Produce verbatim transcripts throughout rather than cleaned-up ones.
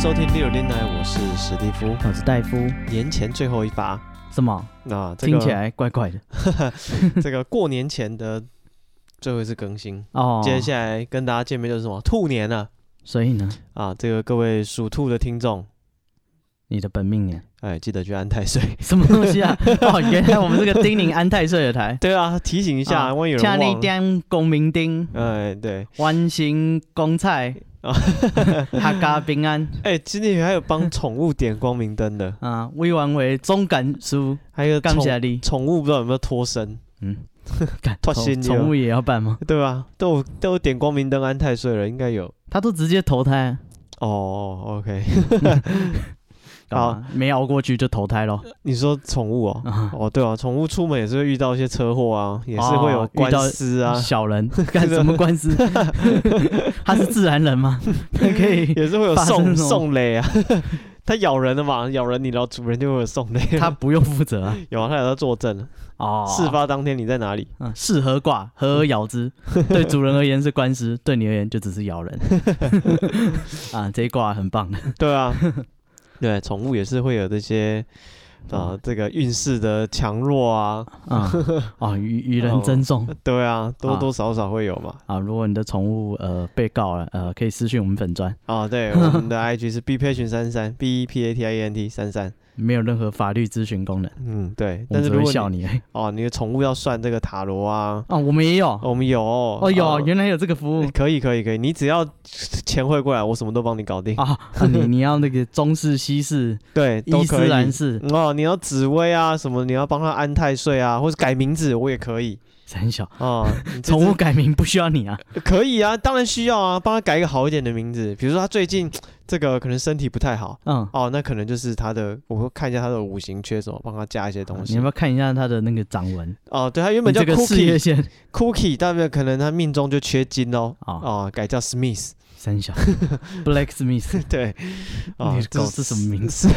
收听六零来，我是史蒂夫， 我是戴夫。 年前最后一发， 什么？ 啊，这个、 听起来怪怪的。 这个过年前的最后一次更新哦， 接下来跟大家见面就是什么兔年了。 所以呢， 啊，这个各位属兔的听众， 你的本命年， 哎，记得去安太岁。 什么东西啊？哦，原来我们这个叮咛安太岁的台。 对啊，提醒一下，万一有人忘了。 请你点光明灯。 哎，对， 万星光彩。阖家平安。 哎，今天还有帮宠物点光明灯的啊，委员会总干事， 还有感谢你。 宠物不知道有没有脱身？嗯，脱身宠物也要办吗？ 对吧？都有都有点光明灯安太岁了，应该有。 他都直接投胎。 哦 ，OK。 好，没熬过去就投胎咯。 你说宠物哦？嗯、哦，对啊，宠物出门也是会遇到一些车祸啊，也是会有官司啊。 哦、小人干什么官司？他是自然人吗？可以也是会有送送雷啊。他咬人了嘛？咬人你的主人就会有送雷。 他不用负责啊。 有啊，他有在作证。哦。事发当天你在哪里？ 嗯，是何卦？合而咬之。对主人而言是官司，对你而言就只是咬人。啊，这一卦很棒的。 对啊。对，宠物也是会有这些啊、呃，这个运势的强弱啊， 啊、嗯，哦，与与人争讼、 哦，对啊，多多少少会有嘛。 啊，如果你的宠物呃被告了，呃，可以私讯我们粉专。 啊，对，我们的 I G 是 b patient 三三 b e p a t i e n t 三三。 没有任何法律咨询功能。 嗯，对。但是如果笑你哦，你的宠物要算这个塔罗啊， 哦，我们也有， 哦、我们有哦， 哦有、哦，原来有这个服务。 可以，可以，可以，你只要钱汇过来，我什么都帮你搞定啊。啊你你要那个中式、西式， 对， 伊斯兰式哦，你要紫薇啊，什么你要帮他安太岁啊，或者改名字，我也可以。 很小哦， 宠物改名不需要你啊？ 可以啊，当然需要啊，帮他改一个好一点的名字。比如说他最近这个可能身体不太好，嗯，哦，那可能就是他的，我会看一下他的五行缺什么，帮他加一些东西。 你要不要看一下他的那个掌纹？ 哦，对，他原本叫 Cookie 事业线 Cookie， 代表可能他命中就缺金哦，哦，哦改叫 Smith。 三小 Black Smith。 对， 哦，这狗是什么名字？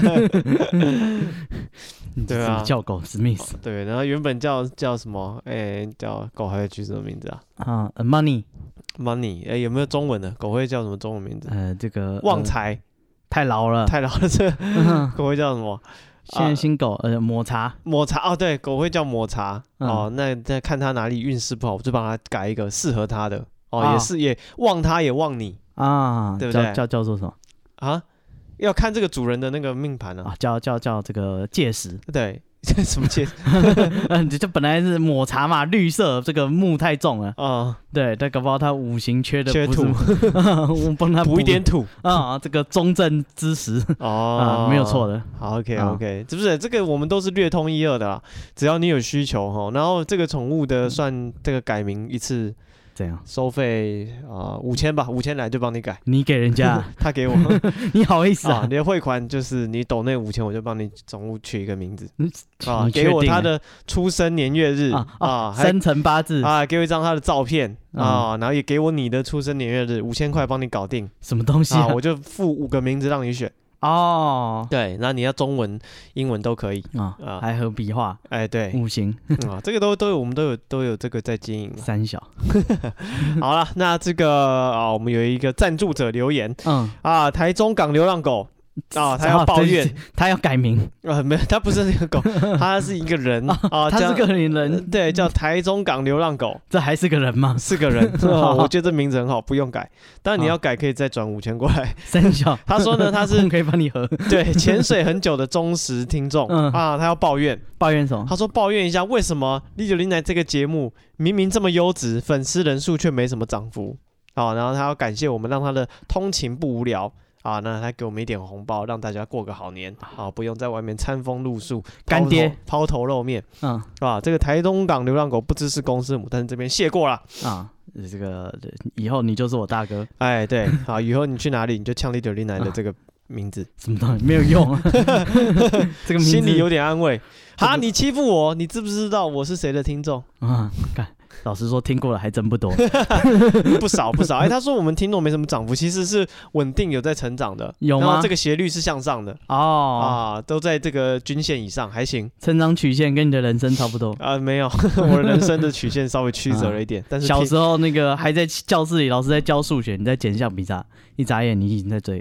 对啊，叫狗 Smith。 对，然后原本叫叫什么？哎、欸，叫狗还会取什么名字啊？ 啊、uh, ，Money Money， 哎、欸，有没有中文的？狗会叫什么中文名字？ 呃，这个旺财、呃， 太老了， 太老了。这个、嗯、狗会叫什么？ 现在新狗、啊、呃抹茶， 抹茶哦，对，狗会叫抹茶、嗯、哦。那再看它哪里运势不好，我就帮它改一个适合它的哦，哦也是也旺它也旺你啊，对不对？ 叫叫叫做什么啊？要看这个主人的那个命盘呢、啊， 叫叫叫这个介石， 对，什么介石？ 嗯，这本来是抹茶嘛，绿色，这个木太重了啊、哦，对，但搞不好他五行缺的缺土， 我帮他补一点土啊，这个中正之时哦、啊，没有错的。 好 ，OK OK，、啊、是不是？这个我们都是略通一二的啦，只要你有需求哈，然后这个宠物的算这个改名一次。 怎样收费啊？五千吧，五千来就帮你改。 你给人家， 他给我， 你好意思啊？ 啊你的汇款就是你抖那五千，我就帮你宠物取一个名字。 嗯、 啊，给我他的出生年月日啊， 啊生辰八字啊，给我一张他的照片、嗯、啊，然后也给我你的出生年月日，五千块帮你搞定。 什么东西啊？ 啊我就附五个名字让你选。哦，对，那你要中文、英文都可以啊、哦，还和笔画， 哎，对， 五行啊，这个都都有，我们都有都有这个在经营。 三小， 好了，那这个啊，我们有一个赞助者留言，嗯啊，台中港流浪狗。啊、哦，他要抱怨， 他要改名啊，没有，他不是那个狗，他是一个人啊、哦， 他是个人，呃、 对，叫台中港流浪狗， 这还是个人吗？ 是个人，哦、我觉得这名字很好，不用改，但你要改可以再转五千过来。 三小， 他说呢，他是可以帮你合， 对，潜水很久的忠实听众、嗯、啊，他要抱怨， 抱怨什么？ 他说抱怨一下，为什么一九零来这个节目明明这么优质，粉丝人数却没什么涨幅啊？然后他要感谢我们，让他的通勤不无聊。啊，那他给我们一点红包，让大家过个好年啊！不用在外面餐风露宿， 干爹抛头露面，嗯，啊，这个台东港流浪狗不知是公是母，但是这边谢过了啊。这个以后你就是我大哥， 哎，对，好，以后你去哪里你就呛一九零来的这个名字， 什么东西没有用、啊，这个名字心里有点安慰。哈，你欺负我，你知不知道我是谁的听众啊？干。老实说，听过的还真不多， 不少不少。哎、欸，他说我们听众没什么涨幅，其实是稳定有在成长的， 有吗？ 然后这个斜率是向上的哦，啊，都在这个均线以上，还行。 成长曲线跟你的人生差不多啊、呃？没有，我的人生的曲线稍微曲折了一点。啊、但是小时候那个还在教室里，老师在教数学，你在捡橡皮擦，一眨眼你已经在追了。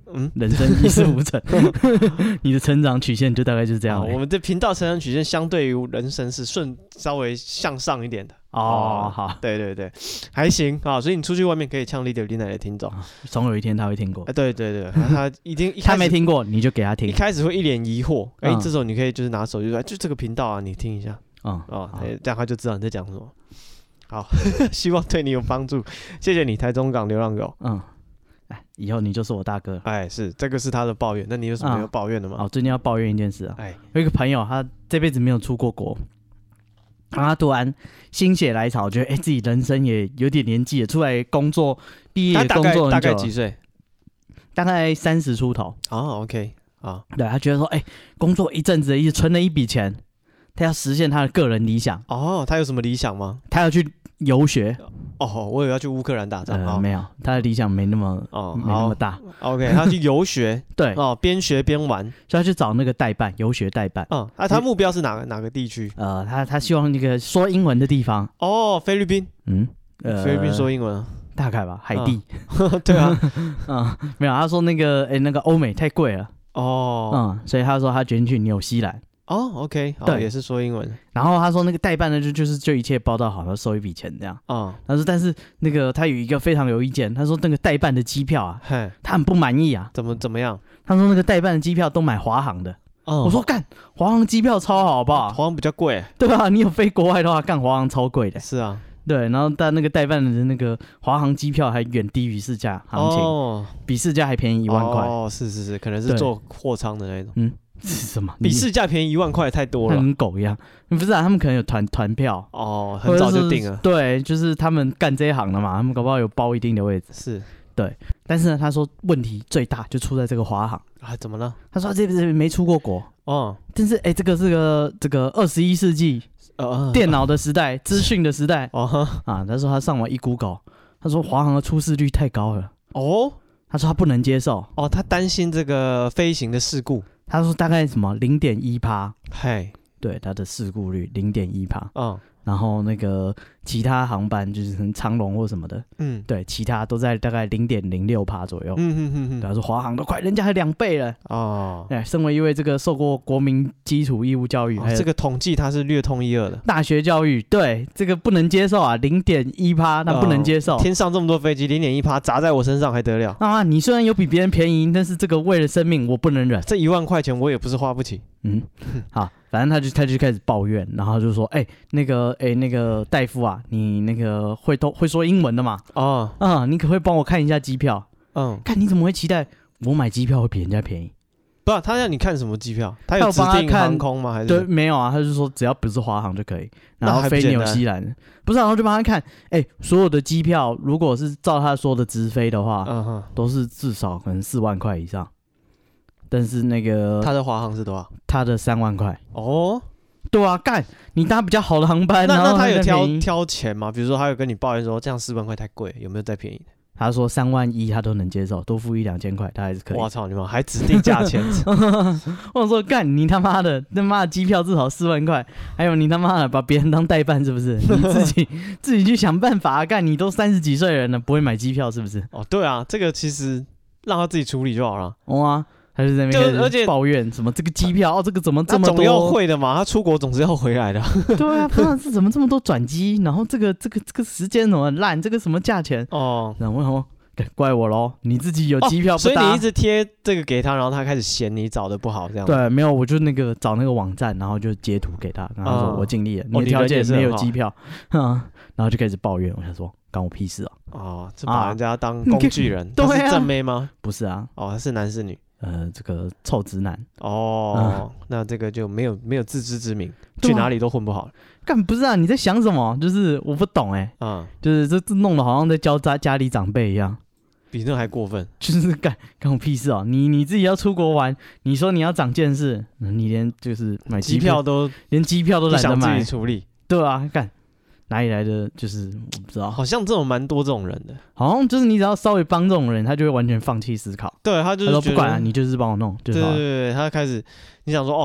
嗯，人生一事无成，你的成长曲线就大概就是这样、欸。 我们的频道成长曲线相对于人生是顺稍微向上一点的。 哦，好， 对对对，还行啊，所以你出去外面可以呛 Leader Lina 的听众， 总有一天他会听过。 哎，对对对，他一定一他没听过，你就给他听。 一开始会一脸疑惑，哎、 嗯， 这时候你可以就是拿手机说，就这个频道啊，你听一下， 嗯， 哦，这样他就知道你在讲什么。好，希望对你有帮助，谢谢你，台中港流浪狗。 嗯，哎，以后你就是我大哥。 哎，是，这个是他的抱怨，那你有什么要抱怨的吗？ 哦，最近要抱怨一件事啊， 哎， 有一个朋友，他这辈子没有出过国。然后他突然心血来潮，觉得哎、欸，自己人生也有点年纪了，出来工作，毕业工作很久了， 大概几岁？ 大概三十出头。 哦 ，OK， 啊， 对，他觉得说，哎、欸，工作一阵子，一直存了一笔钱，他要实现他的个人理想。 哦，他有什么理想吗？ 他要去游学。 哦，我以为要去乌克兰打仗。 呃，没有，他的理想没那么哦，没那么大。 OK， 他要去游学。 对， 哦，边学边玩， 所以他去找那个代办，游学代办。 嗯，啊，他目标是哪个哪个地区？ 呃，他他希望那个说英文的地方。 哦，菲律宾。 嗯，呃， 菲律宾说英文啊？ 大概吧，海地。 嗯、对啊， 嗯，没有，他说那个哎、欸，那个欧美太贵了。 哦， 嗯，所以他说他决定去纽西兰。 哦 ，OK， 对，也是说英文。 然后他说那个代办呢，就就是就一切包到好，他收一笔钱这样。 哦， 他说但是那个他有一个非常有意见，他说那个代办的机票啊，他很不满意啊。 怎么怎么样？ 他说那个代办的机票都买华航的。哦，我说干，华航机票超好，好不好？ 华航比较贵， 对吧？你有飞国外的话，干华航超贵的。 是啊， 对，然后但那个代办的那个华航机票还远低于市价行情，哦、比市价还便宜一万块。 哦，是是是，可能是坐货舱的那种。 嗯。是什么？ 比市价便宜一万块太多了， 跟狗一样。不是啊，他们可能有团团票哦，很早就定了。 对，就是他们干这一行的嘛，他们搞不好有包一定的位置。 是， 对。但是呢，他说问题最大就出在这个华航啊，怎么了？ 他说他这辈子没出过国哦，但是哎，这个是个这个二十一世纪呃电脑的时代，资讯的时代哦啊。他说他上网一 Google， 他说华航的出事率太高了哦，他说他不能接受哦，他担心这个飞行的事故。 他说大概什么零点一趴， 嘿， 对，他的事故率零点一趴，嗯，然后那个其他航班就是可能长龙或什么的，嗯，对，其他都在大概零点零六趴左右，嗯嗯嗯嗯，他说华航都快人家还两倍了哦，对，身为一位这个受过国民基础义务教育， 哦、这个统计他是略通一二的， 大学教育，对，这个不能接受啊，零点一趴，那不能接受， 哦、天上这么多飞机，零点一趴砸在我身上还得了啊？你虽然有比别人便宜，但是这个为了生命我不能忍， 这一万块钱我也不是花不起， 嗯，好。反正他就他就开始抱怨，然后就说：“哎、欸，那个哎、欸，那个大夫啊，你那个会都会说英文的嘛？哦，嗯，你可不可以帮我看一下机票？嗯，看你怎么会期待我买机票会比人家便宜？ 不是，他让你看什么机票？他有指定航空吗？还是对，没有啊？他就说只要不是华航就可以，然后飞纽西兰，不是、啊，然后就帮他看，哎、欸，所有的机票如果是照他说的直飞的话，嗯哼，都是至少可能四万块以上。”但是那个他的华航是多少？ 他的三万块哦，对啊，干你搭比较好的航班， 那那他有挑挑挑钱吗？比如说他有跟你抱怨说这样四万块太贵，有没有再便宜的？ 他说三万一他都能接受，多付一两千块他还是可以。 我操你妈，还指定价钱！ 我说干你他妈的，他妈的机票至少四万块，还有你他妈的把别人当代办是不是？你自己自己去想办法干，你都三十几岁人了，不会买机票是不是？ 哦，对啊，这个其实让他自己处理就好了。 哦啊。他就在那边而且抱怨什么这个机票哦，这个怎么这么多？ 他总要会的嘛，他出国总是要回来的。 对啊，不知道是怎么这么多转机，然后这个这个这个时间怎么烂，这个什么价钱哦？然后我怪我咯，你自己有机票不搭、哦， 所以你一直贴这个给他，然后他开始嫌你找的不好，这样。 对，没有，我就那个找那个网站，然后就截图给他，然后说我尽力了，哦、你的条件没有机票，嗯，然后就开始抱怨，我想说。干我屁事啊！ 哦，这把人家当工具人，啊、他是正妹吗？ 不是啊， 哦，他是男是女？ 呃，这个臭直男。 哦，嗯、那这个就没有没有自知之明，去哪里都混不好了。 干不是啊？你在想什么？就是我不懂哎、欸，嗯，就是这这弄得好像在教家家里长辈一样， 比那还过分。 就是干干我屁事哦！你你自己要出国玩，你说你要长见识，你连就是买机票都连机票都懒得买， 自己处理。 对啊，干。哪里来的？就是我不知道， 好像这种蛮多这种人的， 好像就是你只要稍微帮这种人，他就会完全放弃思考。 对他就是他说不管、啊，你就是帮我弄，就是、 对对对，他开始你想说哦，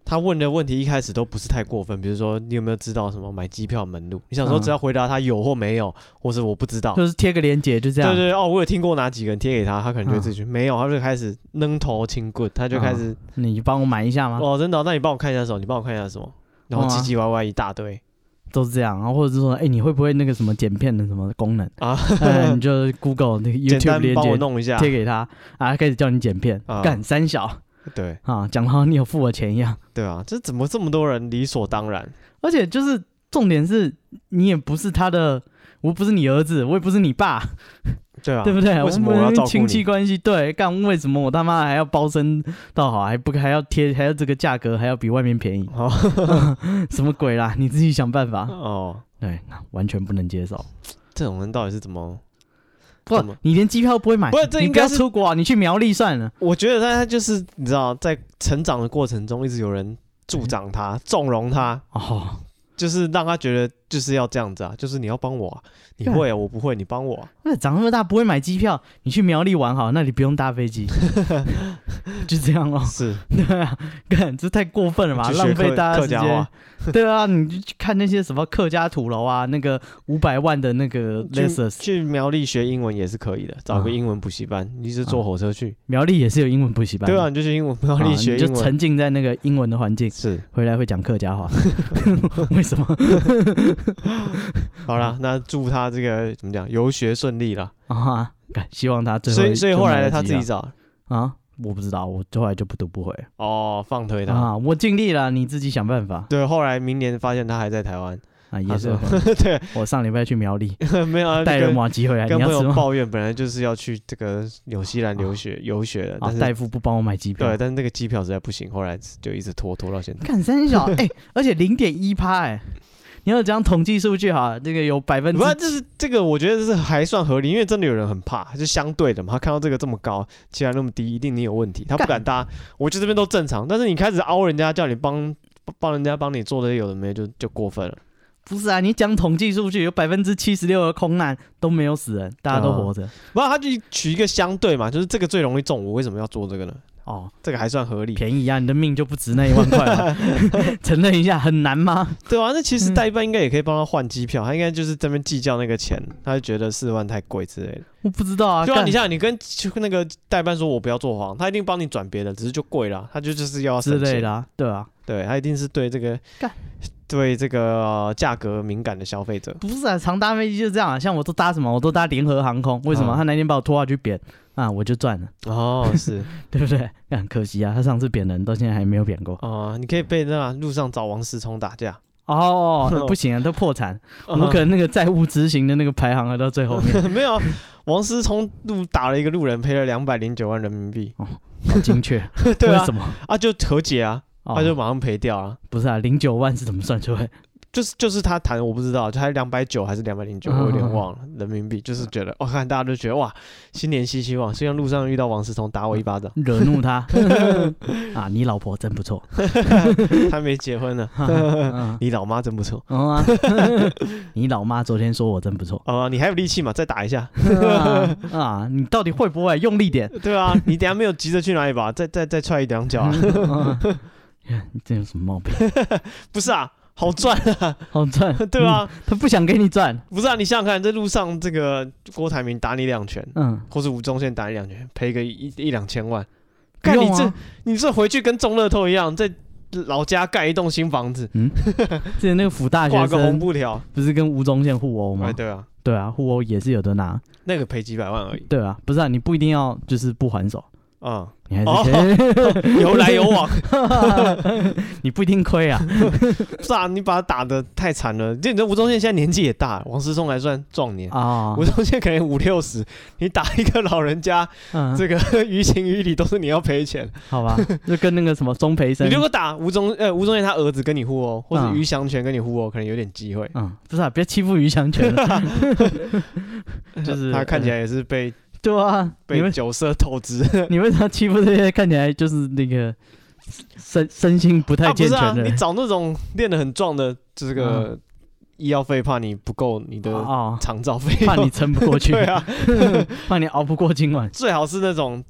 他问的问题一开始都不是太过分，比如说你有没有知道什么买机票门路？你想说只要回答他有或没有，或是我不知道， 就是贴个连结就这样。 对对对，哦，我有听过哪几个人贴给他，他可能就会自己、嗯、没有，他就开始扔头轻棍，他就开始、 嗯、你帮我买一下吗？ 哦，真的、哦，那你帮我看一下什么？你帮我看一下什么？然后唧唧歪歪一大堆。 都是这样，然后或者是说，哎、欸，你会不会那个什么剪片的什么功能啊？嗯、你就 Google 那个 YouTube 连结贴给他，啊，他开始叫你剪片，干、啊、三小， 对啊，讲好你有付我钱一样， 对啊，这怎么这么多人理所当然？ 而且就是重点是你也不是他的，我不是你儿子，我也不是你爸。 对啊， 对不对？ 为什么我要照顾你？ 亲戚关系对，干为什么我他妈还要包身到好，还不还要贴，还要这个价格还要比外面便宜？哦、什么鬼啦？你自己想办法哦。对，完全不能接受。 这种人到底是怎么？ 不，你连机票都不会买， 不是，这应该是你不要出国、啊，你去苗栗算了。 我觉得他他就是你知道，在成长的过程中，一直有人助长他、纵容他哦。就是让他觉得就是要这样子啊，就是你要帮我、啊，你会啊，我不会，你帮我、啊。 那长那么大不会买机票，你去苗栗玩好，那你不用搭飞机，就这样哦。 是， 对啊，干这太过分了嘛，浪费大家时间。对啊，你就去看那些什么客家土楼啊，那个五百万的那个 Lexus， 去, 去苗栗学英文也是可以的，找个英文补习班，你是坐火车去、 啊、苗栗也是有英文补习班。 对啊，你就去英文苗栗学英文、啊， 你就沉浸在那个英文的环境， 是回来会讲客家话。为什么？ 好啦，那祝他这个怎么讲游学顺利啦啊！希望他最后所以所以后来他自己找啊。我不知道，我后来就不读不回哦，放推他啊！我尽力了，你自己想办法。 对，后来明年发现他还在台湾啊，也是。 对， 我上礼拜去苗栗， 没有啊， 带人马机回来， 跟朋友抱怨，本来就是要去这个纽西兰留学游学的，但是代父不帮我买机票， 对，但是那个机票实在不行，后来就一直拖拖到现在。 干三小哎，而且零点一趴哎。你要讲统计数据哈，这个有百分之， 不是，就是这个，我觉得是还算合理，因为真的有人很怕，就相对的嘛。他看到这个这么高，其他那么低，一定你有问题，他不敢搭。我觉得这边都正常，但是你开始凹人家，叫你帮帮人家帮你做的有的没就就过分了。 不是啊，你讲统计数据，有百分之七十六的空难都没有死人，大家都活着。 不然他就取一个相对嘛，就是这个最容易中，我为什么要做这个呢？哦，这个还算合理， 便宜啊！你的命就不值那一万块了，承认一下，很难吗？ 对啊，那其实代办应该也可以帮他换机票，他应该就是这边计较那个钱，他就觉得四万太贵之类的。 我不知道啊， 对啊，你像你跟那个代办说我不要做黄，他一定帮你转别的，只是就贵了，他就就是要省钱之类的、啊，对啊， 对他一定是对这个对这个价格敏感的消费者。 不是啊，常搭飞机就这样啊，像我都搭什么，我都搭联合航空，为什么？嗯、他那天把我拖下去扁。啊，我就赚了哦，是对不对？很可惜啊，他上次扁人到现在还没有扁过哦。你可以被那路上找王思聪打架哦，不行啊，都破产，我们可能那个债务执行的那个排行啊到最后面没有。王思聪路打了一个路人，赔了两百零九万人民币， 哦，好精确。 对啊， 为什么啊？就和解啊，他、哦、就马上赔掉啊。 不是啊，零九万是怎么算出来？ 就是就是他谈，我不知道，就还两百九还是两百零九，我有点忘了人民币。就是觉得，我、哦、看大家都觉得哇，新年新希望，希望路上遇到王思聪打我一巴掌， 惹怒他啊！你老婆真不错， 他没结婚呢。你老妈真不错、 哦啊，你老妈昨天说我真不错哦，你还有力气嘛？再打一下啊, 啊！你到底会不会用力点？ 对啊，你等一下没有急着去哪里吧？再再再踹一两脚啊！ 你这有什么毛病？ 不是啊。好赚啊， 好赚， 对啊、 嗯，他不想给你赚， 不是啊？你想想看，在路上这个郭台铭打你两拳，嗯，或是吴宗宪打你两拳，赔个一一两千万，干、啊、你这你这回去跟中乐透一样，在老家盖一栋新房子，嗯， 之前那个辅大学生挂个红布条， 不是跟吴宗宪互殴吗？ 哎，对啊， 对啊，互殴也是有的拿， 那个赔几百万而已， 对啊，不是啊，你不一定要就是不还手。嗯，你还是可以、哦、有来有往， 你不一定亏啊。 是啊，你把他打得太惨了。你这吴宗宪现在年纪也大，王思聪还算壮年啊。哦、吴宗宪可能五六十，你打一个老人家，嗯、这个于情于理都是你要赔钱， 好吧？就跟那个什么钟培生， 你如果打吴宗呃吴宗宪他儿子跟你互殴，或者于祥全跟你互殴，可能有点机会。 嗯，不是啊，别欺负于祥全了， 就是他看起来也是被。 对啊， 被酒色透支。 你为啥欺负这些看起来就是那个身身心不太健全的人、 啊不是啊？你找那种练得很壮的，这个医药费怕你不够你的长照费、 哦，怕你撑不过去， 对啊， 怕你熬不过今晚。 最好是那种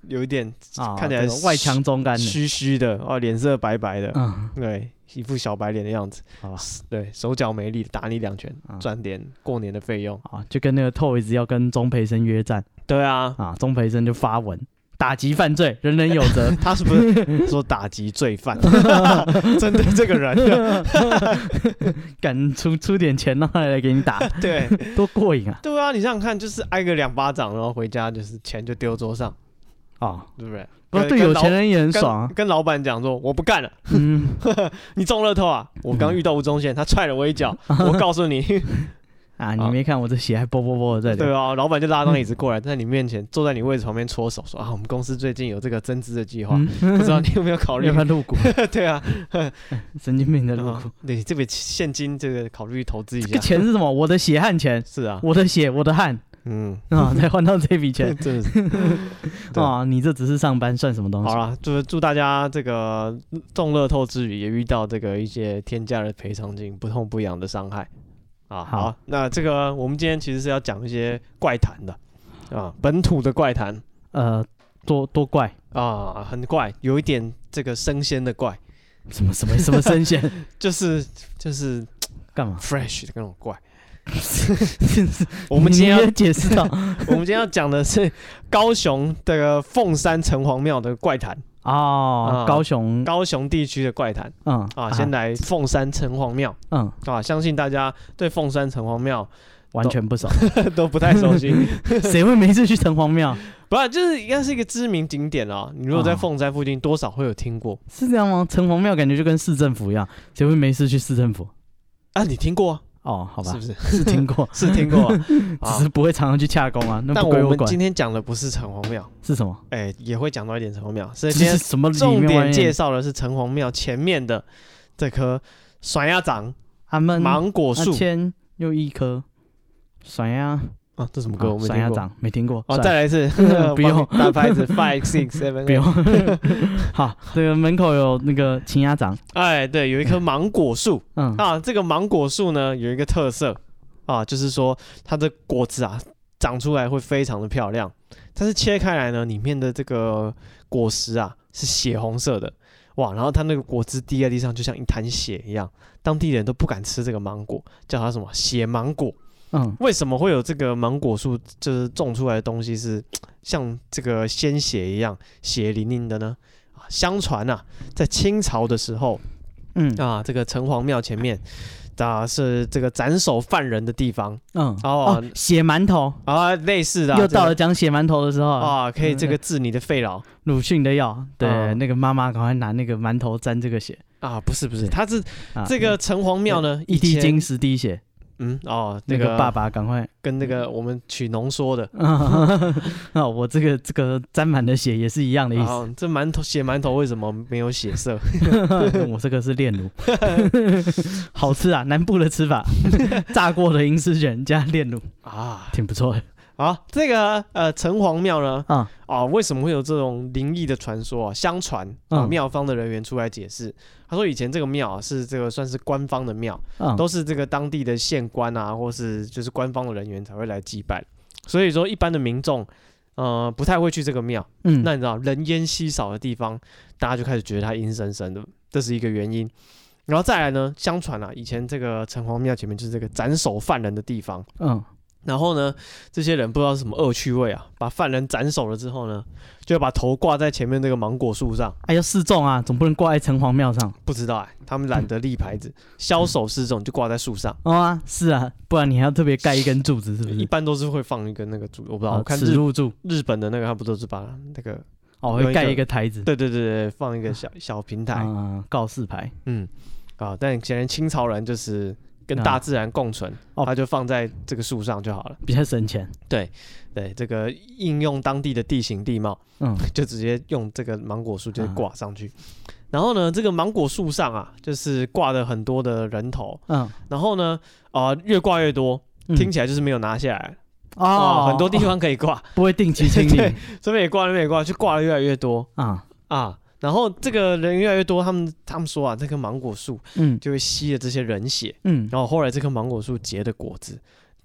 有一点、啊、看起来外强中干的， 虚虚的哦，脸色白白的，嗯，对，一副小白脸的样子，好吧，对，手脚没力，打你两拳，赚、嗯、点过年的费用啊，就跟那个 Toys 要跟钟培生约战， 对啊， 啊，钟培生就发文。打击犯罪，人人有责。 他是不是说打击罪犯？针对这个人， 敢出出点钱让他来给你打， 对， 多过瘾啊！ 对啊，你想想看，就是挨个两巴掌，然后回家就是钱就丢桌上，啊、哦，对不对？ 不是对有钱人也很爽、啊跟，跟老板讲说我不干了，嗯，你中乐透啊！我刚遇到吴宗宪，他踹了我一脚，我告诉你。 啊！你没看我这血还啵啵啵的在流。 对啊，老板就拉张椅子过来，在你面前坐在你位置旁边搓手，说啊，我们公司最近有这个增资的计划，嗯、不知道你有没有考虑？ 要不要入股？ 对啊， 神经病的入股。 对，这笔现金这个考虑投资一下。 这个钱是什么？我的血汗钱。 是啊， 我的血，我的汗。嗯啊，才换到这笔钱， 真的是啊！你这只是上班，算什么东西？ 好啦，就是祝大家这个中乐透之余，也遇到这个一些天价的赔偿金，不痛不痒的伤害。啊，好，好，那这个我们今天其实是要讲一些怪谈的啊，本土的怪谈， 呃，多多怪啊，很怪，有一点这个生鲜的怪， 什么什么什么生鲜， 就是就是干嘛 ？fresh 的那种怪。我们今天要解释到， 我们今天要讲的是高雄这个凤山城隍庙的怪谈。 哦、啊，高雄高雄地区的怪谈，嗯啊，先来凤山城隍庙，嗯啊，相信大家对凤山城隍庙完全不熟， 都不太熟悉， 谁会没事去城隍庙？ 不是，就是应该是一个知名景点啊。你如果在凤山附近，多少会有听过， 是这样吗？城隍庙感觉就跟市政府一样，谁会没事去市政府？ 啊，你听过啊？ 哦，好吧， 是不是是听过， 是听过、啊， 只是不会常常去洽公啊。那但我们今天讲的不是城隍庙， 是什么？ 哎、欸，也会讲到一点城隍庙，所以今天重点介绍的是城隍庙前面的这棵甩鸭掌芒果树， 前又一棵甩鸭。 啊，这什么歌？我没听过。 甩鸭掌没听过。 哦，再来一次， 不用打拍子 ，five six seven， 不用。好，这个门口有那个青鸭掌。 哎，对，有一棵芒果树。嗯啊，这个芒果树呢有一个特色啊，就是说它的果子啊长出来会非常的漂亮，但是切开来呢，里面的这个果实啊是血红色的。哇，然后它那个果汁滴在地上，就像一滩血一样，当地人都不敢吃这个芒果，叫它什么血芒果。嗯，为什么会有这个芒果树？就是种出来的东西是像这个鲜血一样血淋淋的呢？啊，相传啊，在清朝的时候，嗯啊，这个城隍庙前面啊是这个斩首犯人的地方。嗯， 哦，血馒头啊，类似的、啊， 又到了讲血馒头的时候啊，可以这个治你的肺痨、 鲁迅的药。对，啊、那个妈妈赶快拿那个馒头沾这个血啊，不是不是，它是、啊、这个城隍庙呢， 一滴精十滴血。 嗯哦，那个、 那个爸爸赶快跟那个我们取浓缩的啊，我这个这个沾满了血也是一样的意思。 哦、这馒头血馒头为什么没有血色？ 我这个是炼乳，好吃啊！南部的吃法，炸过的银丝卷加炼乳啊，挺不错的。 好，这个呃城隍庙呢，啊、哦、为什么会有这种灵异的传说啊？相传啊，庙、嗯、方的人员出来解释，他说以前这个庙啊是这个算是官方的庙，嗯、都是这个当地的县官啊，或是就是官方的人员才会来祭拜，所以说一般的民众呃不太会去这个庙。嗯，那你知道人烟稀少的地方，大家就开始觉得它阴森森的，这是一个原因。然后再来呢，相传啊，以前这个城隍庙前面就是这个斩首犯人的地方。嗯。然后呢，这些人不知道是什么恶趣味啊，把犯人斩首了之后呢，就把头挂在前面那个芒果树上。 哎，要示众啊，总不能挂在城隍庙上。 不知道哎、欸，他们懒得立牌子，枭首示众就挂在树上。 哦啊，是啊，不然你还要特别盖一根柱子，是不是？ 一般都是会放一根那个柱，我不知道。哦、我看日入柱， 日本的那个他不都是把那个哦会盖一个台子？ 对对对对，放一个小小平台， 嗯，告示牌。 嗯，啊，但显然清朝人就是。跟大自然共存，嗯、它就放在这个树上就好了， 比较省钱。 对，对，这个应用当地的地形地貌，嗯，就直接用这个芒果树就挂上去。嗯、然后呢，这个芒果树上啊，就是挂了很多的人头，嗯，然后呢，啊、呃，越挂越多，听起来就是没有拿下来。哦, 哦，很多地方可以挂，哦、 不会定期清理， 这边也挂，那边也挂，就挂的越来越多啊啊。然后这个人越来越多，他们他们说啊，这棵芒果树，嗯，就会吸了这些人血，嗯，然后后来这棵芒果树结的果子，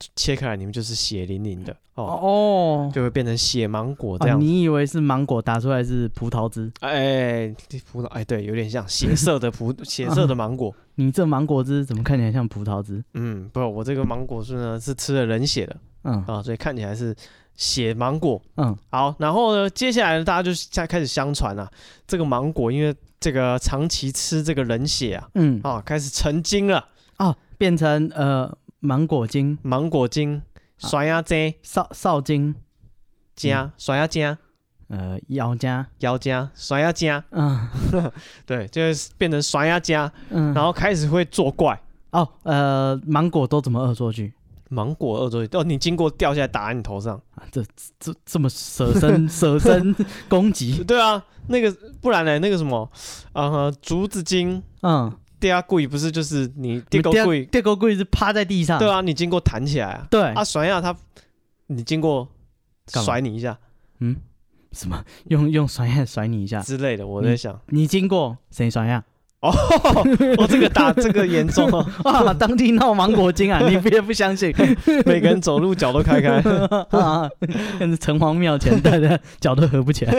切开来里面就是血淋淋的哦，哦就会变成血芒果这样、哦。 你以为是芒果，打出来是葡萄汁？ 哎，葡萄哎，对，有点像血色的葡血色的芒果。 你这芒果汁怎么看起来像葡萄汁？ 嗯，不，我这个芒果汁呢是吃了人血的，嗯啊，所以看起来是血芒果。嗯，好，然后呢，接下来大家就开始相传啊，这个芒果因为这个长期吃这个人血啊，嗯啊，开始成精了哦，变成呃芒果精、 芒果精、酸鸭精、 少少精、 精、酸鸭精。 呃，腰加腰加酸鸭加，嗯，对，就是变成酸鸭加，嗯，然后开始会作怪哦。呃，芒果都怎么恶作剧？ 芒果恶作剧哦，你经过掉下来打在你头上， 啊、这这这么舍身舍身攻击？ 对啊，那个不然呢？那个什么，呃，竹子精，嗯，跌贵不是就是你跌高贵， 跌高贵是趴在地上， 对啊，你经过弹起来啊， 对啊，酸鸭它，你经过甩你一下，嗯。 什么用用甩呀甩你一下之类的，我在想， 你, 你经过谁甩呀？ 哦，哦，这个打这个严重哦！ 啊，当地闹芒果精啊！你别不相信， 每个人走路脚都开开啊，跟城隍庙前大家脚都合不起来。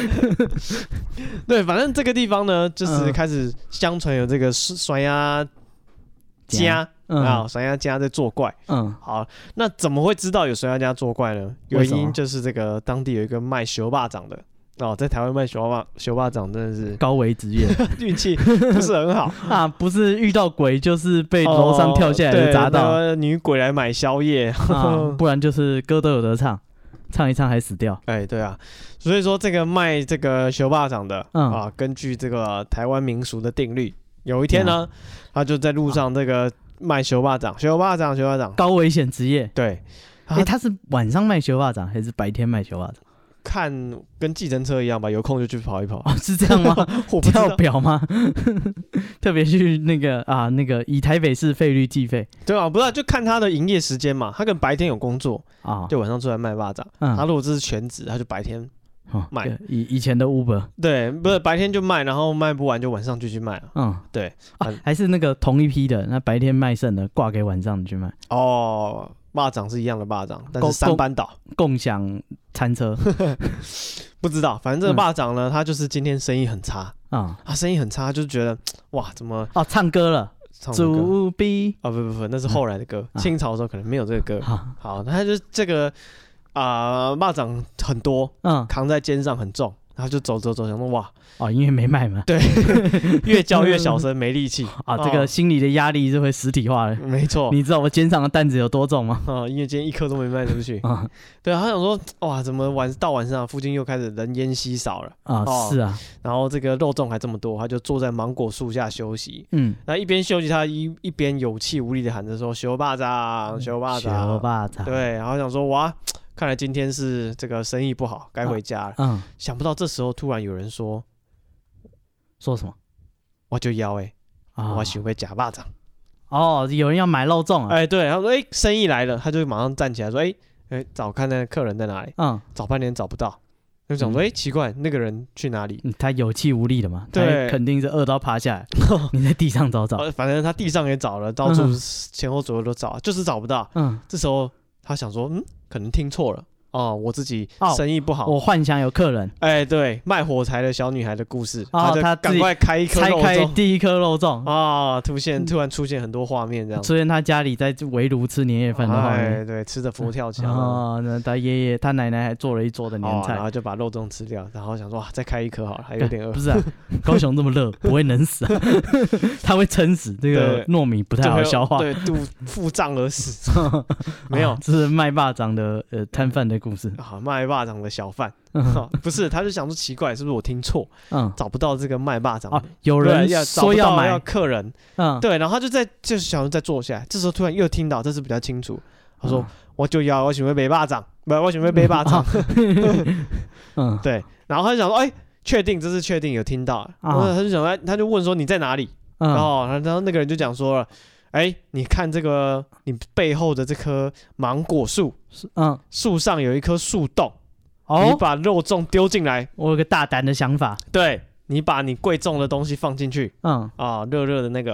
对，反正这个地方呢，就是开始相传有这个甩呀家。啊，甩鸭家在作怪。嗯，好，那怎么会知道有甩鸭家作怪呢？原因就是这个当地有一个卖熊霸掌的哦，在台湾卖熊霸熊霸掌真的是高危职业， 运气不是很好啊，不是遇到鬼就是被楼上跳下来的砸到， 哦、女鬼来买宵夜， 啊、不然就是歌都有得唱。唱一唱还死掉， 哎，对啊，所以说这个卖这个熊霸掌的、嗯、啊，根据这个台湾民俗的定律，有一天呢，嗯、他就在路上这个。卖熊霸掌，熊霸掌，熊霸掌， 高危险职业。 对， 哎、欸，他是晚上卖熊霸掌还是白天卖熊霸掌？ 看跟计程车一样吧，有空就去跑一跑。 哦，是这样吗？我不跳表吗？特别去那个啊，那个以台北市费率计费。 对啊，不是、啊，就看他的营业时间嘛。他跟白天有工作啊，就晚上出来卖霸掌。嗯，他如果这是全职，他就白天。卖以以前的 Uber 对，不是白天就卖，然后卖不完就晚上就去卖了。嗯，对啊，还是那个同一批的，那白天卖剩的挂给晚上去卖。 哦，霸掌是一样的霸掌，但是三班倒共享餐车， 不知道，反正这个霸掌呢，他就是今天生意很差啊，他生意很差，就是觉得哇，怎么哦唱歌了。 主逼啊，不不不，那是后来的歌，清朝的时候可能没有这个歌。好，他就这个。啊、呃，蚂蚱很多，嗯，扛在肩上很重，然后就走走走，想说哇， 哦，因为没卖嘛， 对，越叫越小声，没力气啊，这个心理的压力是会实体化的， 没错。 你知道我肩上的担子有多重吗？ 啊，因为今天一颗都没卖出去，啊，对啊，他想说哇，怎么晚到晚上附近又开始人烟稀少了啊？哦、是啊， 然后这个肉粽还这么多，他就坐在芒果树下休息，嗯，那一边休息，他一一边有气无力的喊着说：“熊霸掌，熊霸掌， 熊霸掌。” 对，然后想说哇。看来今天是这个生意不好，该回家了。嗯，想不到这时候突然有人说， 说什么？ 我就要哎、欸，啊、我想要假霸掌。 哦，有人要买肉粽啊！ 哎、欸，对，他说哎、欸，生意来了，他就马上站起来说，哎、欸、哎、欸，找看那个客人在哪里？嗯，找半天找不到，就想说，哎、欸，奇怪，那个人去哪里？ 嗯、他有气无力的嘛？对，肯定是饿到爬下来。你在地上找找， 反正他地上也找了，到处前后左右都找，就是找不到。嗯，这时候他想说，嗯。可能听错了哦，我自己生意不好， 哦、我幻想有客人。 哎、欸，对，卖火柴的小女孩的故事，哦、他赶快开一颗肉粽， 拆开第一颗肉粽啊、哦，突现突然出现很多画面，这样出现他家里在围炉吃年夜饭的画面， 哎，对，吃着佛跳墙啊，那、哦、他爷爷他奶奶还做了一桌的年菜、 哦，然后就把肉粽吃掉，然后想说哇，再开一颗好了，还有点饿。 不是啊，高雄这么热，不会冷死啊，他会撑死，这个糯米不太好消化， 对，肚腹胀而死。没有， 这是卖霸掌的呃摊贩的故事啊，卖霸掌的小贩、嗯，不是，他就想说奇怪，是不是我听错？嗯，找不到这个卖霸掌、啊， 有人说要买要客人，嗯，对，然后他就在就是想说再坐下来，这时候突然又听到，这是比较清楚，他说、嗯、我就要我想要买霸掌，不，我想要买霸掌，嗯，对，然后他就想说，哎、欸，确定这是确定有听到，然后他就想说，他就问说你在哪里？嗯、然后然后那个人就讲说了。哎、欸，你看这个，你背后的这棵芒果树，嗯，树上有一颗树洞，哦，你把肉粽丢进来。 我有个大胆的想法， 对，你把你贵重的东西放进去，嗯，啊，热热的那个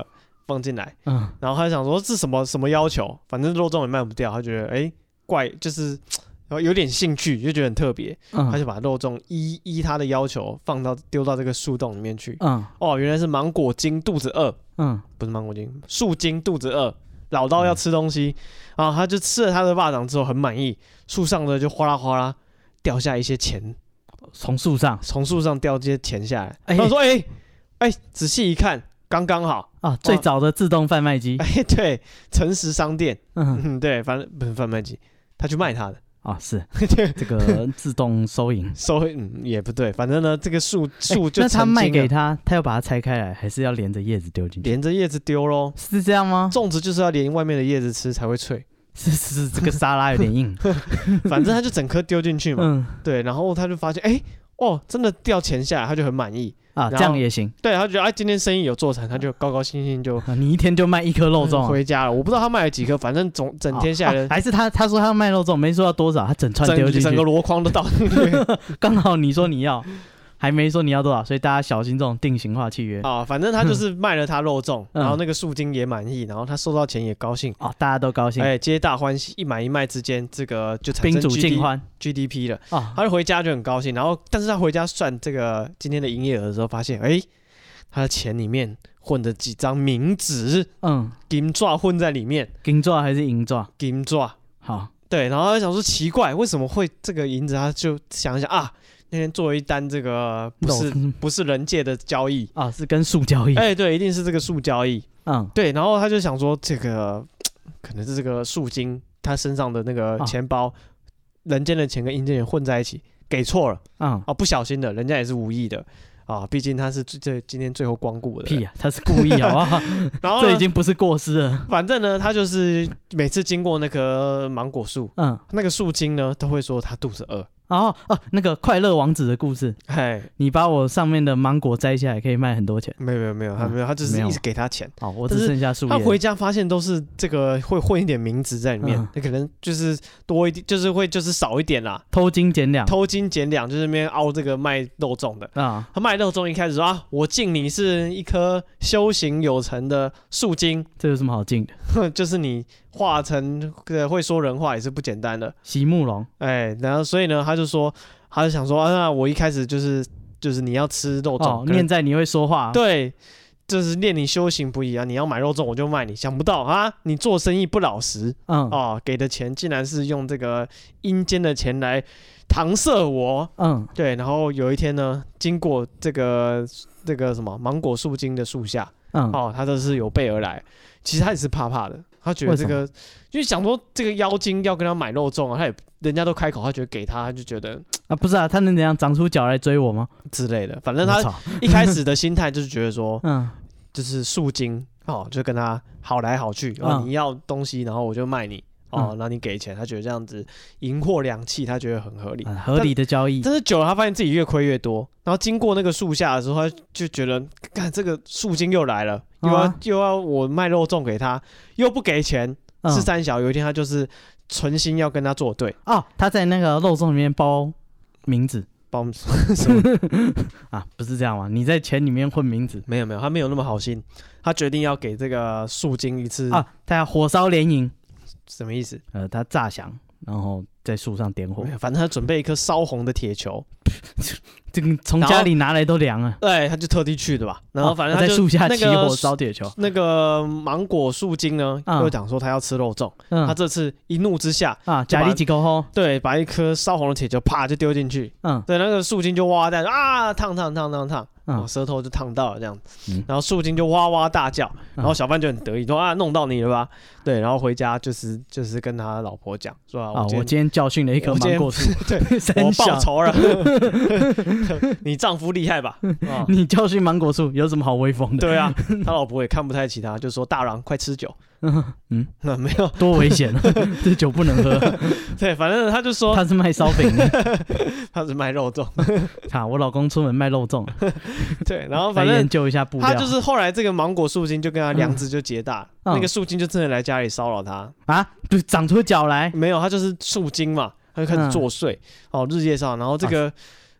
放进来，嗯，然后他就想说是什么什么要求，反正肉粽也卖不掉，他觉得哎、欸、怪，就是有点兴趣，就觉得很特别，嗯，他就把肉粽依依他的要求放到丢到这个树洞里面去，嗯，哦，原来是芒果精肚子饿，嗯，不是芒果精，树精肚子饿，老到要吃东西，然后他就吃了他的巴掌之后很满意，树上的就哗啦哗啦掉下一些钱。 从树上， 从树上掉这些钱下来。欸、他说：“哎、欸，哎、欸，仔细一看，刚刚好啊！最早的自动贩卖机， 哎、欸，对，诚实商店，嗯，对，反正不是贩卖机，他去卖他的啊，是这个自动收银， 收嗯也不对，反正呢，这个树树就、欸、 那他卖给他，他要把它拆开来，还是要连着叶子丢进去？ 连着叶子丢咯， 是这样吗？ 粽子就是要连外面的叶子吃才会脆。” 是是是，这个沙拉有点硬， 反正他就整颗丢进去嘛，嗯，对，然后他就发现，哎、欸，哦，真的掉钱下来，他就很满意啊，这样也行， 对，他觉得哎、啊，今天生意有做成，他就高高兴兴就， 啊、你一天就卖一颗肉粽、啊嗯、 回家了，我不知道他卖了几颗，反正总整天下来的、 哦哦，还是他他说他卖肉粽，没说要多少，他整串丢进去， 整个箩筐都倒进去， 刚好你说你要。还没说你要多少，所以大家小心这种定型化契约啊。反正他就是卖了他肉粽，然后那个树精也满意，然后他收到钱也高兴啊、哦，大家都高兴， 哎，皆大欢喜，一买一卖之间，这个就产生宾主尽欢 G D P 了啊、哦。他就回家就很高兴，然后但是他回家算这个今天的营业额的时候，发现哎，他的钱里面混着几张冥纸，嗯，金纸混在里面， 金纸还是银纸？ 金纸， 好， 对，然后他想说奇怪，为什么会这个银子？他就想一想啊。那天做了一单这个不是不是人界的交易啊，是跟树交易。 哎、欸，对，一定是这个树交易。嗯，对，然后他就想说，这个可能是这个树精他身上的那个钱包，啊、人间的钱跟阴间钱混在一起，给错了。嗯，啊，不小心的，人家也是无意的。啊，毕竟他是最今天最后光顾的。 屁啊，他是故意好不好？然后这已经不是过失了。 反正呢，他就是每次经过那棵芒果树，嗯，那个树精呢都会说他肚子饿。 哦哦，那个快乐王子的故事，嘿，你把我上面的芒果摘下来，可以卖很多钱。 没有没有没有，他没有，他就是一直给他钱。 哦，我只剩下树叶。 他回家发现都是这个会混一点名字在里面，他、嗯、可能就是多一点，就是会就是少一点啦， 偷斤减两， 偷斤减两，就是那边凹这个卖肉粽的啊。他卖肉粽一开始说啊，我敬你是一颗修行有成的树精， 这有什么好敬的？ 就是你化成会说人话也是不简单的。 席慕容， 哎，然后所以呢，他就说，他就想说啊，那我一开始就是就是你要吃肉粽， 哦、念在你会说话， 对，就是念你修行不一样，你要买肉粽我就卖你，想不到啊，你做生意不老实，嗯，哦，给的钱竟然是用这个阴间的钱来搪塞我，嗯，对，然后有一天呢，经过这个这个什么芒果树精的树下，嗯，哦，他都是有备而来，其实他也是怕怕的。他觉得这个，因为想说这个妖精要跟他买肉粽啊，他也人家都开口，他觉得给他，他就觉得啊，不是啊，他能怎样长出脚来追我吗之类的？反正他一开始的心态就是觉得说，嗯，就是树精哦，就跟他好来好去，哦，你要东西，然后我就卖你。哦，然后你给钱，他觉得这样子银货两讫，他觉得很合理， 嗯、合理的交易。 但是久了，他发现自己越亏越多。然后经过那个树下的时候，他就觉得，看这个树精又来了，又要、啊、又要我卖肉粽给他，又不给钱，嗯、是三小。有一天，他就是存心要跟他作对。 哦，他在那个肉粽里面包名字。 包什么啊？不是这样吗？你在钱里面混名字？ 没有没有，他没有那么好心，他决定要给这个树精一次啊，他要火烧连营。 什么意思？ 呃，他炸响，然后在树上点火。 反正他准备一颗烧红的铁球， 这个从家里拿来都凉了。 对，他就特地去的吧。然后反正他就、哦、在树下起火烧铁球。 那个芒果树精呢，嗯、又讲说他要吃肉粽。嗯、他这次一怒之下啊，假力几口吼， 对，把一颗烧红的铁球啪就丢进去。嗯，对，那个树精就哇哇大啊，烫烫烫烫烫。哦、舌头就烫到了这样子，嗯、然后树精就哇哇大叫，然后小贩就很得意说啊，弄到你了吧？对，然后回家就是就是跟他老婆讲说啊， 我今天、哦、我今天教训了一棵芒果树， 对，我报仇了，你丈夫厉害吧？ 哦、你教训芒果树有什么好威风的？ 对啊，他老婆也看不太起他，就说大郎快吃酒。 嗯， 那没有多危险啊！这酒不能喝。 对，反正他就说他是卖烧饼的， 他是卖肉粽。 啊，我老公出门卖肉粽。 对，然后反正研究一下布料。 他就是后来这个芒果树精就跟他梁子就结大，嗯、那个树精就真的来家里骚扰他啊，就长出脚来。 没有，他就是树精嘛，他就开始作祟、嗯、哦，日夜骚扰。然后这个、啊、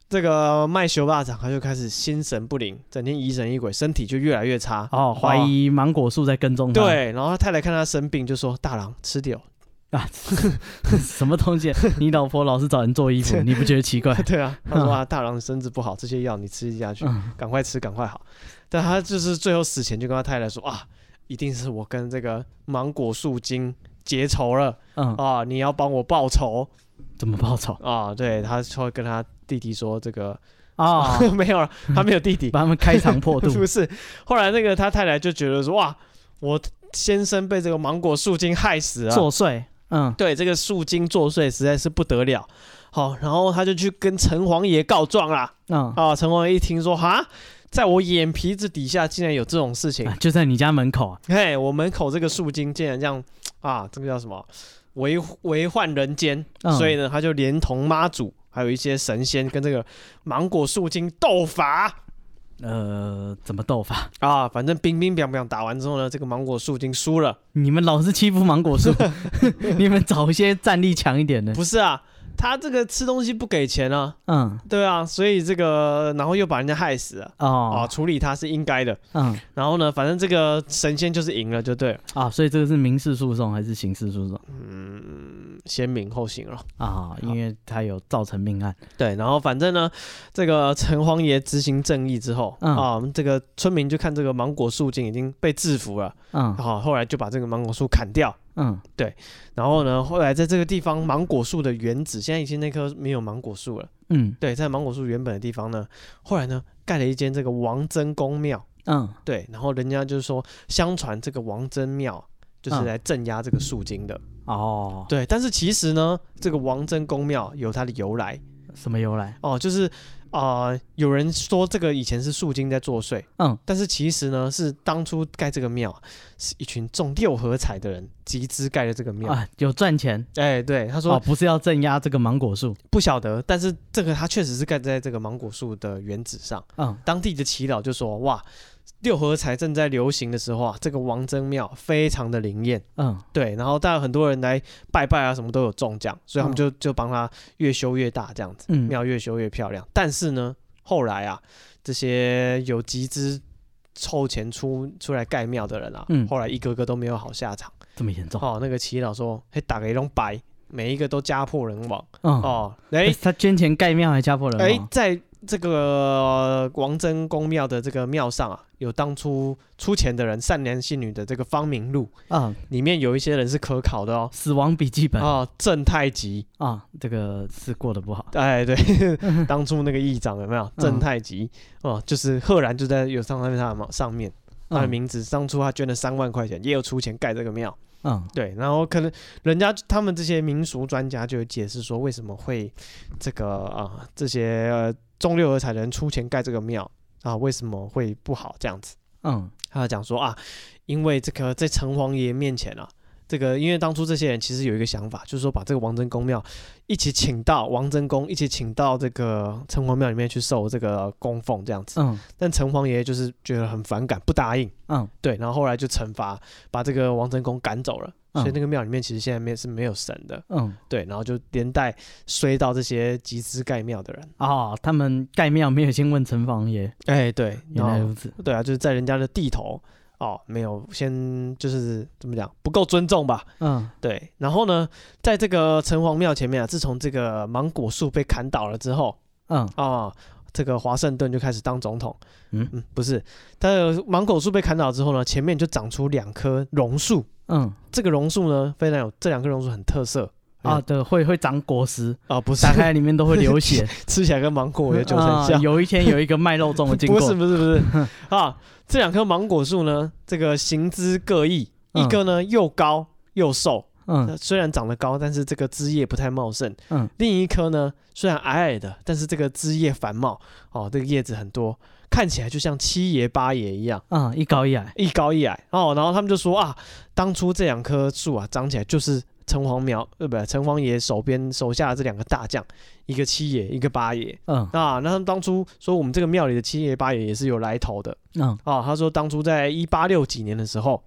这个卖修霸掌，他就开始心神不宁，整天疑神疑鬼，身体就越来越差。 哦，怀疑芒果树在跟踪他。 对，然后他太太看他生病，就说：“大郎吃掉啊，什么东西？你老婆老是找人做衣服，你不觉得奇怪？” 对啊，他说：“啊，大郎身子不好，这些药你吃下去，赶快吃，赶快好。”但他就是最后死前就跟他太太说：“啊，一定是我跟这个芒果树精结仇了，嗯啊，你要帮我报仇。” 怎么报仇啊？对，他会跟他弟弟说这个啊，哦、没有了，他没有弟弟， 把他们开肠破肚。 不是，后来那个他太太就觉得说，哇，我先生被这个芒果树精害死了， 作祟。嗯， 对，这个树精作祟实在是不得了。好，然后他就去跟城隍爷告状啦。嗯，啊，城隍爷一听说，哈，在我眼皮子底下竟然有这种事情， 啊、就在你家门口啊。 嘿，我门口这个树精竟然这样啊，这个叫什么？为为患人间、嗯，所以呢，他就连同妈祖，还有一些神仙，跟这个芒果树精斗法。 呃，怎么斗法啊？反正冰冰冰冰打完之后呢，这个芒果树精输了。 你们老是欺负芒果树，你们找一些战力强一点的。 不是啊，他这个吃东西不给钱啊，嗯，对啊，所以这个然后又把人家害死了，哦，啊，处理他是应该的，嗯，然后呢，反正这个神仙就是赢了就对了啊，所以这个是民事诉讼还是刑事诉讼？ 嗯，先民后刑了啊，因为他有造成命案。 对，然后反正呢，这个城隍爷执行正义之后，嗯、啊，这个村民就看这个芒果树精已经被制服了，嗯，好，后来就把这个芒果树砍掉。嗯，对，然后呢，后来在这个地方芒果树的原址，现在已经那棵没有芒果树了。嗯，对，在芒果树原本的地方呢，后来呢盖了一间这个王真公庙。嗯，对，然后人家就是说，相传这个王真庙就是来镇压这个树精的。哦，对，但是其实呢，这个王真公庙有它的由来。 什么由来？ 哦，就是啊、呃，有人说这个以前是树精在作祟，嗯，但是其实呢，是当初盖这个庙是一群中六合彩的人集资盖的这个庙啊， 有赚钱。 哎，对，他说、 哦、不是要镇压这个芒果树， 不晓得，但是这个他确实是盖在这个芒果树的原址上。嗯，当地的耆老就说，哇，六合彩正在流行的时候啊，这个王真庙非常的灵验。嗯，对，然后当然很多人来拜拜啊，什么都有中奖，所以他们就、嗯、就帮他越修越大这样子，嗯、庙越修越漂亮。但是呢，后来啊，这些有集资凑钱出出来盖庙的人啊、嗯，后来一个个都没有好下场。 这么严重？ 哦，那个耆老说，嘿，打个拢白，每一个都家破人亡。嗯、哦， 哎，他捐钱盖庙还家破人亡？ 哎，在这个王真公庙的这个庙上啊，有当初出钱的人善男信女的这个芳名录啊，里面有一些人是可考的哦。 死亡笔记本啊，郑太吉啊，这个是过得不好。 哎，对，当初那个议长有没有郑太吉哦？就是赫然就在有上在他的上面，他的名字，当初他捐了三万块钱，也有出钱盖这个庙。嗯，对，然后可能人家他们这些民俗专家就有解释说，为什么会这个啊这些、呃、中六合彩的人出钱盖这个庙啊，为什么会不好这样子？嗯，他讲说啊，因为这个在城隍爷面前啊，这个因为当初这些人其实有一个想法，就是说把这个王真公庙一起请到王真公一起请到这个城隍庙里面去受这个供奉这样子。嗯，但城隍爷就是觉得很反感，不答应。嗯，对，然后后来就惩罚，把这个王真公赶走了。嗯、所以那个庙里面其实现在没是没有神的。嗯，对，然后就连带衰到这些集资盖庙的人啊、哦，他们盖庙没有先问城隍爷。 哎，对， 原来如此。 对啊，就是在人家的地头。哦，没有，先就是怎么讲，不够尊重吧？嗯，对。然后呢，在这个城隍庙前面啊，自从这个芒果树被砍倒了之后，嗯，哦，这个华盛顿就开始当总统。嗯嗯，不是，他的芒果树被砍倒之后呢，前面就长出两棵榕树。嗯，这个榕树呢，非常有，这两棵榕树很特色。 啊，对，会会长果实啊，不是， 打开里面都会流血， 吃起来跟芒果有九成像、啊。 有一天有一个卖肉粽的经过， 不是不是不是啊，这两棵芒果树呢，这个形姿各异，嗯、一个呢又高又瘦，嗯，虽然长得高，但是这个枝叶不太茂盛，嗯，另一棵呢虽然矮矮的，但是这个枝叶繁茂，哦，这个叶子很多。看起来就像七爷八爷一样， 嗯，一高一矮， 一高一矮哦。然后他们就说啊，当初这两棵树啊长起来就是城隍庙，呃，不，城隍爷手边手下的这两个大将，一个七爷，一个八爷，嗯啊。那他们当初说我们这个庙里的七爷八爷也是有来头的，嗯啊。他说当初在一八六几年的时候，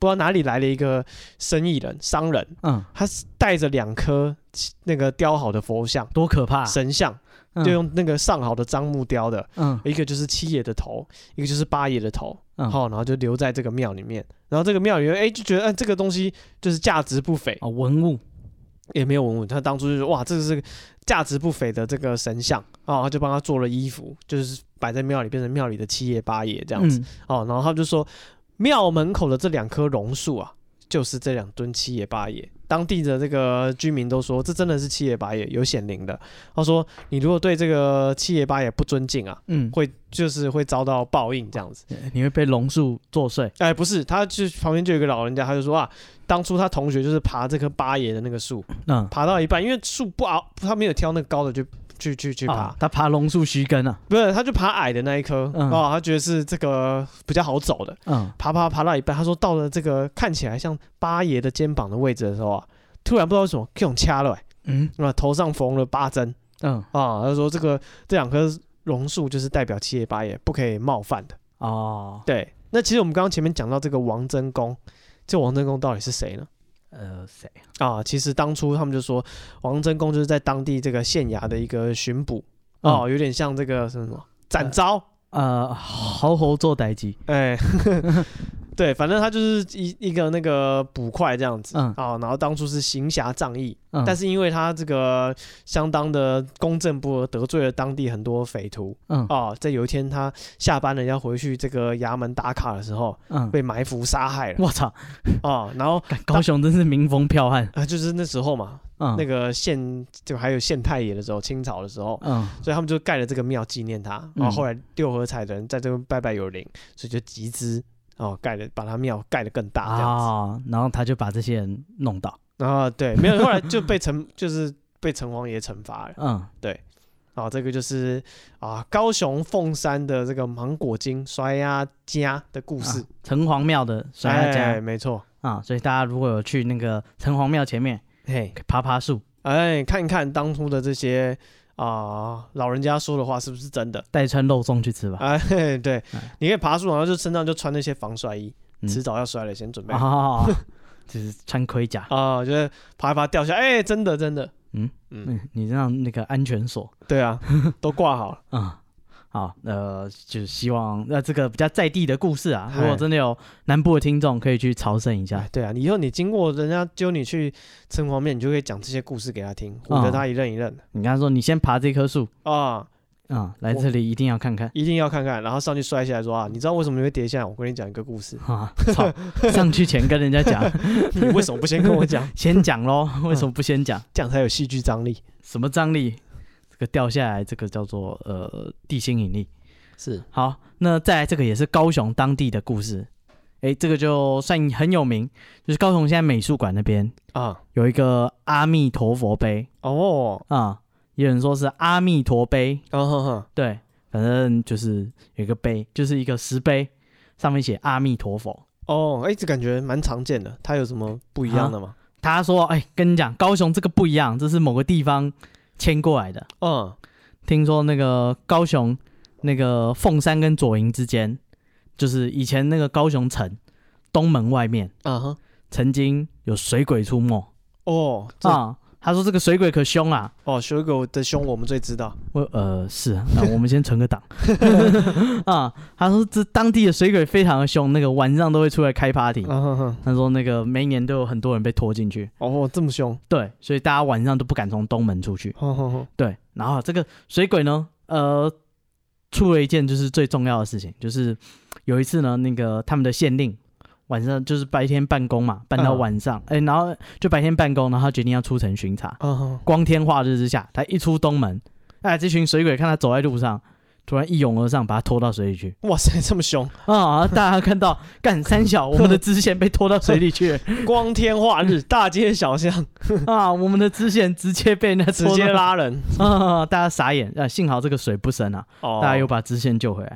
不知道哪里来了一个生意人商人，嗯，他带着两颗那个雕好的佛像， 多可怕！ 神像。就用那个上好的樟木雕的，嗯，一个就是七爷的头，一个就是八爷的头，嗯，好，然后就留在这个庙里面。然后这个庙里面，哎，就觉得，哎，这个东西就是价值不菲啊，文物也没有文物。他当初就是哇，这个是价值不菲的这个神像啊，他就帮他做了衣服，就是摆在庙里，变成庙里的七爷八爷这样子。哦，然后他就说，庙门口的这两棵榕树啊，就是这两尊七爷八爷。当地的这个居民都说，这真的是七爷八爷，有显灵的。他说，你如果对这个七爷八爷不尊敬啊，嗯，会就是会遭到报应这样子， 你会被榕树作祟。 哎，不是，他就旁边就有一个老人家，他就说啊，当初他同学就是爬这棵八爷的那个树，嗯，爬到一半，因为树不熬，他没有挑那个高的就。去去去爬、啊， 他爬榕树须根啊， 不是，他就爬矮的那一棵，嗯、哦，他觉得是这个比较好走的，嗯，爬爬爬到一半，他说到了这个看起来像八爷的肩膀的位置的时候啊，突然不知道为什么给我掐了、欸，嗯，啊，头上缝了八针，嗯，啊，他说这个这两棵榕树就是代表七爷八爷，不可以冒犯的，哦，对，那其实我们刚刚前面讲到这个王真公，这王真公到底是谁呢？ 呃，谁啊？其实当初他们就说，王真公就是在当地这个县衙的一个巡捕，嗯、哦，有点像这个什么展昭， 呃，好好做代志， 哎。对，反正他就是一一个那个捕快这样子，嗯啊，然后当初是行侠仗义，嗯，但是因为他这个相当的公正不阿，得罪了当地很多匪徒，嗯啊，在有一天他下班了要回去这个衙门打卡的时候，嗯，被埋伏杀害了。 我操！ 啊，然后高雄真是民风剽悍啊，就是那时候嘛，嗯，那个县就还有县太爷的时候，清朝的时候，嗯，所以他们就盖了这个庙纪念他，然后后来六合彩的人在这边拜拜有灵，所以就集资。哦，盖的把他庙盖得更大这样子、哦， 然后他就把这些人弄倒， 然后对，没有，后来就被城就是被城隍爷惩罚了，嗯，对，啊、哦，这个就是啊高雄凤山的这个芒果金摔鸭家的故事，啊、 城隍庙的摔鸭家， 哎，没错啊，所以大家如果有去那个城隍庙前面，嘿，爬爬树， 哎，看一看当初的这些。啊、呃，老人家说的话是不是真的？ 带穿肉粽去吃吧。 哎，对，哎、你可以爬树，然后就身上就穿那些防摔衣，嗯、迟早要摔了，先准备。 哦，就是穿盔甲啊、呃，就是爬一爬掉下，哎，真的真的。 嗯嗯，你让那个安全锁， 对啊，都挂好了。 嗯。好，呃，就是希望那、呃、这个比较在地的故事啊，如果真的有南部的听众，可以去朝圣一下。 对啊，以后你经过人家揪你去城隍庙，你就可以讲这些故事给他听，唬得他一认一认。 你跟他说，你先爬这棵树啊。啊、嗯，来这里一定要看看， 一定要看看，然后上去摔下来说啊，你知道为什么你会跌下来？我跟你讲一个故事啊，操！上去前跟人家讲， 你为什么不先跟我讲？ 先讲咯，为什么不先讲？ 这样才有戏剧张力。 什么张力？这个掉下来，这个叫做呃地心引力。 是， 好，那再来这个也是高雄当地的故事，哎，这个就算很有名，就是高雄现在美术馆那边啊有一个阿弥陀佛碑哦啊。有人说是阿弥陀碑，哦呵呵，对，反正就是有一个碑，就是一个石碑，上面写阿弥陀佛。 哦，哎，这感觉蛮常见的，它有什么不一样的吗？啊、 他说，哎，跟你讲，高雄这个不一样，这是某个地方迁过来的。嗯，听说那个高雄那个凤山跟左营之间，就是以前那个高雄城东门外面，嗯哼，曾经有水鬼出没。哦，啊。他说这个水鬼可凶啊！ 哦，水鬼的凶我们最知道。 我呃是啊，那我们先存个档啊。他说这当地的水鬼非常的凶，那个晚上都会出来开 party。啊、呵呵他说那个每一年都有很多人被拖进去。 哦，这么凶？ 对，所以大家晚上都不敢从东门出去。呵呵呵对，然后这个水鬼呢，呃，出了一件就是最重要的事情，就是有一次呢，那个他们的县令。晚上就是白天办公嘛，办到晚上，哎、嗯欸，然后就白天办公，然后他决定要出城巡查。嗯、光天化日之下，他一出东门，哎，这群水鬼看他走在路上，突然一拥而上，把他拖到水里去。 哇塞，这么凶啊！大家看到，干三小，我们的支线被拖到水里去了。 光天化日，大街小巷啊，我们的支线直接被那直接拉人啊！大家傻眼啊！幸好这个水不深啊，哦、大家又把支线救回来。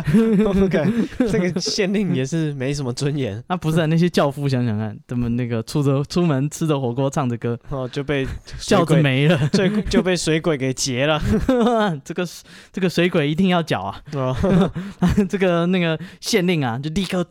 OK， 这个县令也是没什么尊严。 啊，不是、啊、那些教父，想想看，他们那个出着出门吃着火锅，唱着歌， 哦，就被轿子没了， 就就被水鬼给劫了。 这个这个水鬼一定要缴啊！哦、这个那个县令啊，就立刻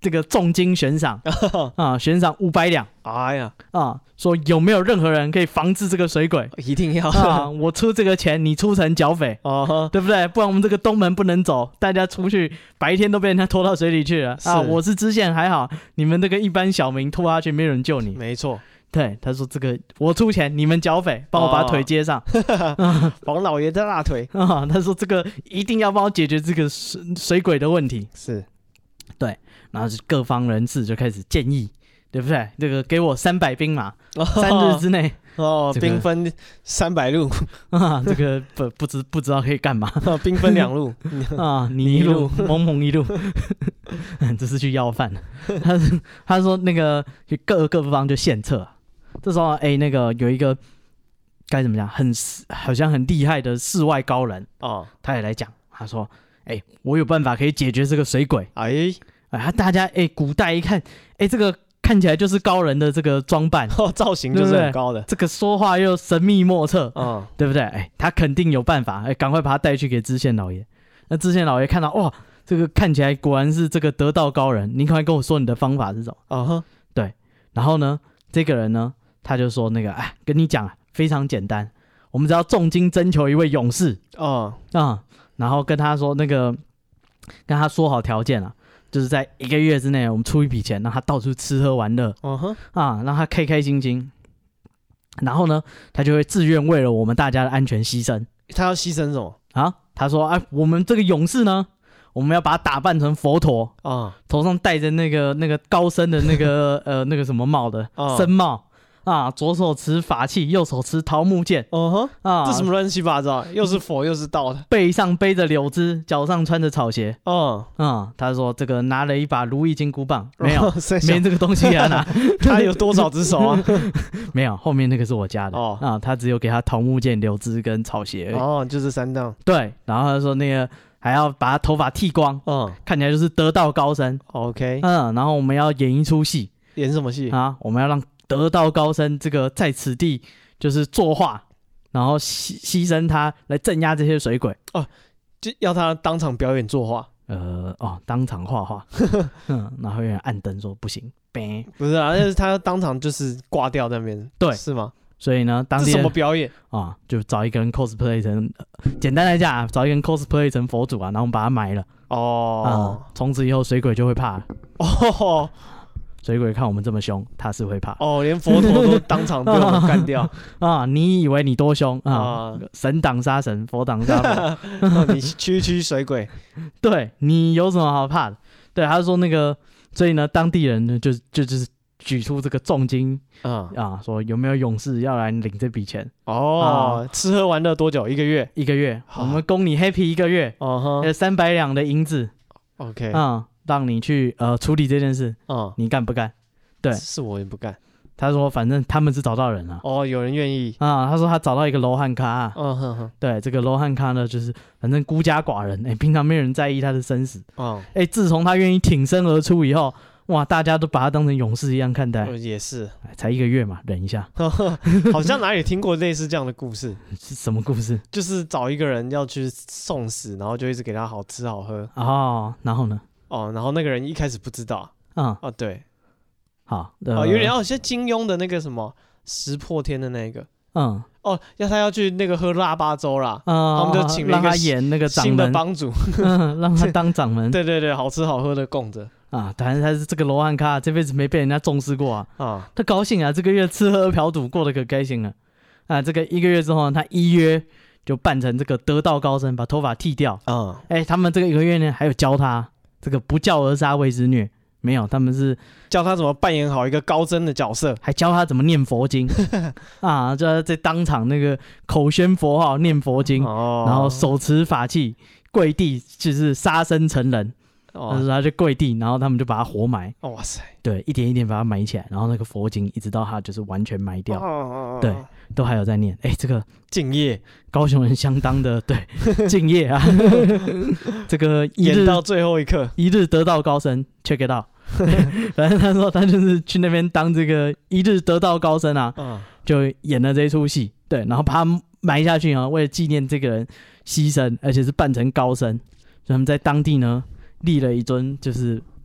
这个重金悬赏啊，悬赏五百两。 哎呀啊，说有没有任何人可以防治这个水鬼？ 一定要啊！我出这个钱，你出城剿匪，哦，对不对？不然我们这个东门不能走，大家出去白天都被人家拖到水里去了啊！我是知县还好，你们这个一般小民拖下去，没有人救你。 没错， 对，他说这个我出钱，你们剿匪，帮我把腿接上。 哦、王老爷的大腿啊！他说这个一定要帮我解决这个水水鬼的问题。 是， 对，然后各方人士就开始建议。对不对？这个给我三百兵马，哦、三日之内哦，兵、这个、分三百路啊，这个不不知不知道可以干嘛？ 兵分两路啊，你一路，蒙蒙一路，这是去要饭。他他说那个各各方就献策，这时候哎，那个有一个该怎么讲，很好像很厉害的世外高人哦，他也来讲，他说哎，我有办法可以解决这个水鬼。哎哎，大家哎，古代一看，哎这个。看起来就是高人的这个装扮， 哦，造型就是很高的。 对对这个说话又神秘莫测，嗯，对不对？哎，他肯定有办法，哎，赶快把他带去给知县老爷。那知县老爷看到，哇，这个看起来果然是这个得道高人，你赶快跟我说你的方法是什么？啊哈，对。然后呢，这个人呢，他就说那个，哎，跟你讲，非常简单，我们只要重金征求一位勇士，哦，啊、嗯，然后跟他说那个，跟他说好条件啊。就是在一个月之内，我们出一笔钱，让他到处吃喝玩乐， uh-huh. 啊，让他开开心心。然后呢，他就会自愿为了我们大家的安全牺牲。 他要牺牲什么啊？他说：“哎，我们这个勇士呢，我们要把他打扮成佛陀啊， uh. 头上戴着那个那个高僧的那个呃那个什么帽的僧帽。” uh.啊，左手持法器，右手持桃木剑。哦呵，啊， 这什么乱七八糟？又是佛又是道的。 背上背着柳枝，脚上穿着草鞋。哦，啊，他说这个拿了一把如意金箍棒，没有，没这个东西给他拿。 他有多少只手啊？ 没有，后面那个是我家的。哦，啊，他只有给他桃木剑、柳枝跟草鞋而已。 哦，就是三档。 对，然后他说那个还要把他头发剃光，嗯，看起来就是得道高僧。 OK， 嗯，然后我们要演一出戏。 演什么戏啊？我们要让得道高僧这个在此地就是作画，然后牺牺牲他来镇压这些水鬼哦，就要他当场表演作画。 呃哦，当场画画，嗯，然后有人按灯说不行， 不是啊，就是他要当场就是挂掉那边， 对， 是吗？ 所以呢，当天这什么表演啊？就找一个人 cosplay 成，简单来讲、啊，找一个人 cosplay 成佛祖啊，然后我们把他埋了哦，从、嗯、此以后水鬼就会怕哦。水鬼看我们这么凶，他是会怕哦，连佛陀都当场被我们干掉啊！你以为你多凶啊？啊神挡杀神，佛挡杀佛， 哦、你区区水鬼， 对你有什么好怕的？对，他说那个，所以呢，当地人呢就就就是举出这个重金、嗯、啊，说有没有勇士要来领这笔钱？ 哦、啊，吃喝玩乐多久？一个月？ 一个月，我们供你 happy 一个月，哦哈，三百两的银子 ，OK， 啊。让你去呃处理这件事，嗯，你干不干？对， 是我也不干。 他说，反正他们是找到人了。 哦，有人愿意啊。他说他找到一个罗汉咖、啊。嗯哼哼。对，这个罗汉咖呢，就是反正孤家寡人，哎、欸，平常没有人在意他的生死。哦。哎、欸，自从他愿意挺身而出以后，哇，大家都把他当成勇士一样看待。 呃、也是、 欸，才一个月嘛，忍一下。 好像哪里听过类似这样的故事？ 是什么故事？ 就是找一个人要去送死，然后就一直给他好吃好喝。 哦，然后呢？ 哦，然后那个人一开始不知道，嗯，哦，对， 好， 呃、哦，有点像金庸的那个什么石破天的那个，嗯，哦，要他要去那个喝腊八粥啦，嗯，他们就请了一个让他演那个新的帮主， 嗯，让他当掌门， 对对对，好吃好喝的供着啊，但是他是这个罗汉咖，这辈子没被人家重视过啊，啊，他高兴啊，这个月吃喝嫖赌过得可开心了，啊，这个一个月之后呢，他依约就扮成这个得道高僧，把头发剃掉，嗯，哎、欸，他们这个一个月呢，还有教他。这个不教而杀谓之虐，没有，他们是教他怎么扮演好一个高僧的角色， 还教他怎么念佛经啊，就在当场那个口宣佛号念佛经，哦、然后手持法器跪地，就是杀生成人。哦，他就跪地，然后他们就把他活埋。 哦、哇塞！ 对，一点一点把他埋起来，然后那个佛经一直到他就是完全埋掉。哦、对，都还有在念。哎，这个敬业， 高雄人相当的对敬业啊。这个一日演到最后一刻， 一日得道高僧 ，check it out。反正他说他就是去那边当这个一日得道高僧啊，嗯、就演了这一出戏。对，然后把他埋下去啊，为了纪念这个人牺牲，而且是扮成高僧，所以他们在当地呢。立了一尊就是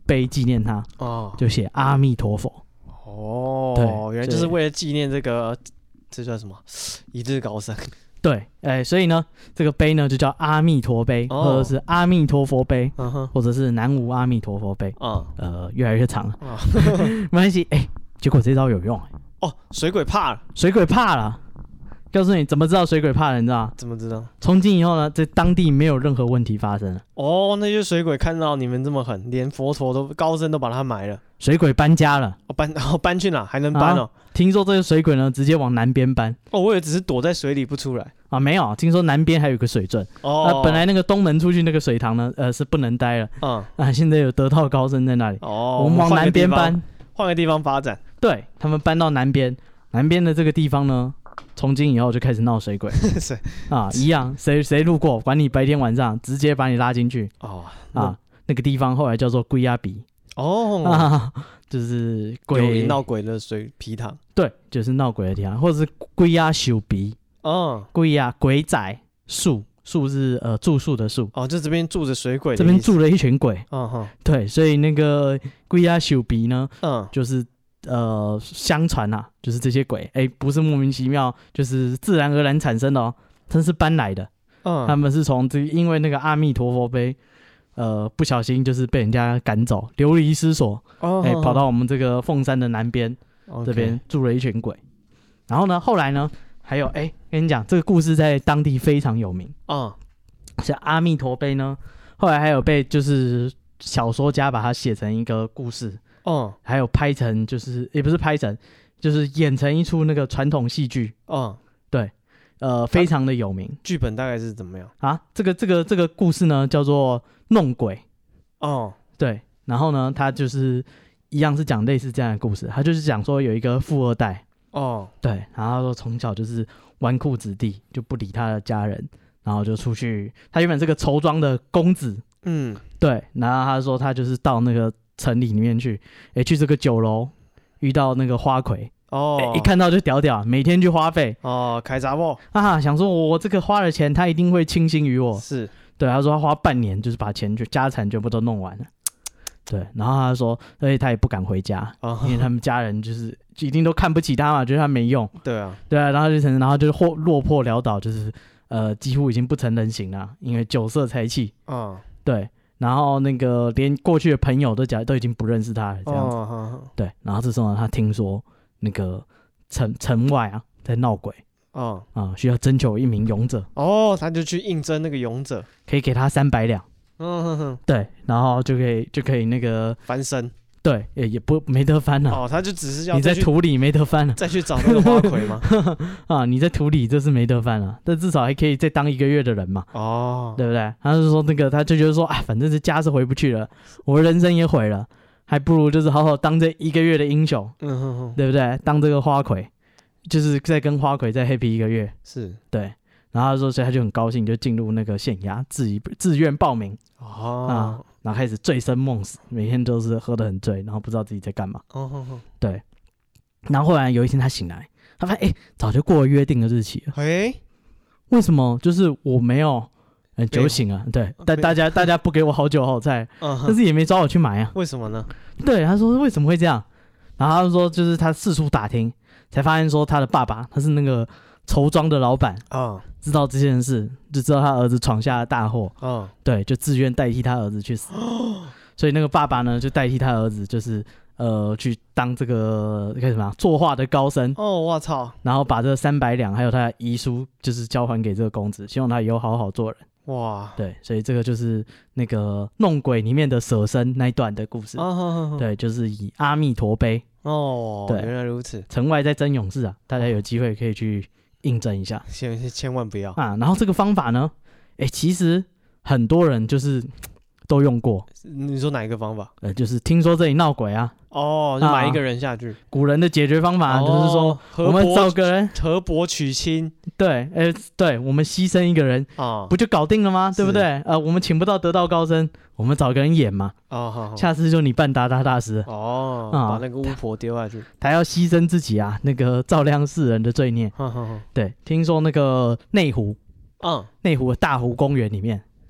碑纪念他，哦，就写阿弥陀佛。 哦，对，原来就是为了纪念这个，这叫什么？一日高僧。 对，哎，所以呢，这个碑呢就叫阿弥陀碑，哦、或者是阿弥陀佛碑，嗯、或者是南无阿弥陀佛碑。嗯，呃，越来越长了，哦、没关系。哎，结果这招有用、欸。 哦，水鬼怕了， 水鬼怕了。告诉你怎么知道水鬼怕了，你知道？ 怎么知道？ 从今以后呢，在当地没有任何问题发生了。 哦，那些水鬼看到你们这么狠，连佛陀都高僧都把他埋了。 水鬼搬家了， 哦、搬哦搬去哪？还能搬哦、啊？ 听说这个水鬼呢，直接往南边搬。 哦，我以为只是躲在水里不出来啊，没有。听说南边还有个水圳。哦、呃，本来那个东门出去那个水塘呢，呃，是不能待了。嗯。啊，现在有得道高僧在那里。哦。我们往南边搬， 换个地方发展。 对，他们搬到南边，南边的这个地方呢。从今以后就开始闹水鬼啊，一样，谁谁路过，管你白天晚上，直接把你拉进去哦啊，那个地方后来叫做龟鸭鼻哦、啊，就是鬼闹鬼的水皮塘， 对，就是闹鬼的地方，或者是龟鸭修鼻哦，龟鸭鬼仔树树是呃住宿的树哦，就这边住着水鬼， 这边住了一群鬼，嗯哼，对，所以那个龟鸭修鼻呢，嗯，就是。呃，相传啊，就是这些鬼，哎、欸，不是莫名其妙，就是自然而然产生的哦，真是搬来的。嗯，他们是从这，因为那个阿弥陀佛碑，呃，不小心就是被人家赶走，流离失所，哎、哦欸，跑到我们这个凤山的南边、哦、这边住了一群鬼。然后呢，后来呢，还有哎、欸，跟你讲，这个故事在当地非常有名。嗯，像阿弥陀碑呢，后来还有被就是小说家把它写成一个故事。哦，还有拍成，就是也不是拍成，就是演成一出那个传统戏剧。哦，对，呃，非常的有名。 剧本大概是怎么样啊？这个这个这个故事呢，叫做《弄鬼》。哦，对，然后呢，他就是一样是讲类似这样的故事。他就是讲说有一个富二代。哦，对，然后他说从小就是纨绔子弟，就不理他的家人，然后就出去。他原本是个绸庄的公子。嗯，对，然后他说他就是到那个。城里里面去，哎、欸，去这个酒楼遇到那个花魁哦、欸，一看到就屌屌，每天去花费哦，开闸不啊？想说我这个花了钱，他一定会倾心于我。 是， 对，他说他花半年就是把钱就家产全部都弄完了。对，然后他说，而且他也不敢回家，哦、因为他们家人就是一定都看不起他嘛，觉得他没用。 对啊， 对啊，然后就成，然后就是落落魄潦倒，就是呃几乎已经不成人形了，因为酒色财气。嗯，对。然后那个连过去的朋友都讲都已经不认识他了，这样子。哦、对，然后这时候呢，他听说那个城城外啊在闹鬼，哦啊、需要征求一名勇者。 哦，他就去应征那个勇者， 可以给他三百两。嗯哼哼，对，然后就可以就可以那个翻身。 对，也也不没得翻了、 啊。哦，他就只是要你在土里没得翻了， 再去找那个花魁吗？ 啊，你在土里这是没得翻了，但至少还可以再当一个月的人嘛。哦，对不对？他就说那个，他就觉得说，啊，反正这家是回不去了，我的人生也毁了，还不如就是好好当这一个月的英雄，嗯哼哼，对不对？当这个花魁，就是再跟花魁再 happy 一个月， 是对。 然后他说，所以他就很高兴，就进入那个县衙，自己自愿报名。哦。啊然后开始醉生梦死，每天都是喝得很醉，然后不知道自己在干嘛。哦哦哦，对。然后后来有一天他醒来，他发现哎，早就过了约定的日期了。哎，为什么？就是我没有呃酒醒啊，对，但大家大家不给我好酒好菜，但是也没找我去买啊。 为什么呢？ 对，他说为什么会这样？然后他就说，就是他四处打听，才发现说他的爸爸他是那个绸庄的老板啊。哦知道这件事，就知道他儿子闯下了大祸，嗯，对，就自愿代替他儿子去死，哦、所以那个爸爸呢，就代替他儿子，就是呃，去当这个干什么作画的高僧。 哦，我操！ 然后把这三百两还有他的遗书，就是交还给这个公子，希望他以后好好做人。哇，对，所以这个就是那个弄鬼里面的舍身那一段的故事。哦、呵呵呵对，就是以阿弥陀碑。哦，对， 原来如此。 城外在真勇士啊，大家有机会可以去。印证一下， 千千万不要啊！然后这个方法呢，哎，其实很多人就是都用过。 你说哪一个方法？ 呃，就是听说这里闹鬼啊， 哦，就买一个人下去。啊、 古人的解决方法、哦、就是说，我们找个人合伯娶亲， 对，哎，对，我们牺牲一个人啊，不就搞定了吗？对不对？呃，我们请不到得道高僧，我们找个人演嘛。哦，好好下次就你扮达达大师哦，啊、把那个巫婆丢下去， 他要牺牲自己啊，那个照亮世人的罪孽。呵呵呵对，听说那个内湖，嗯，内湖的大湖公园里面。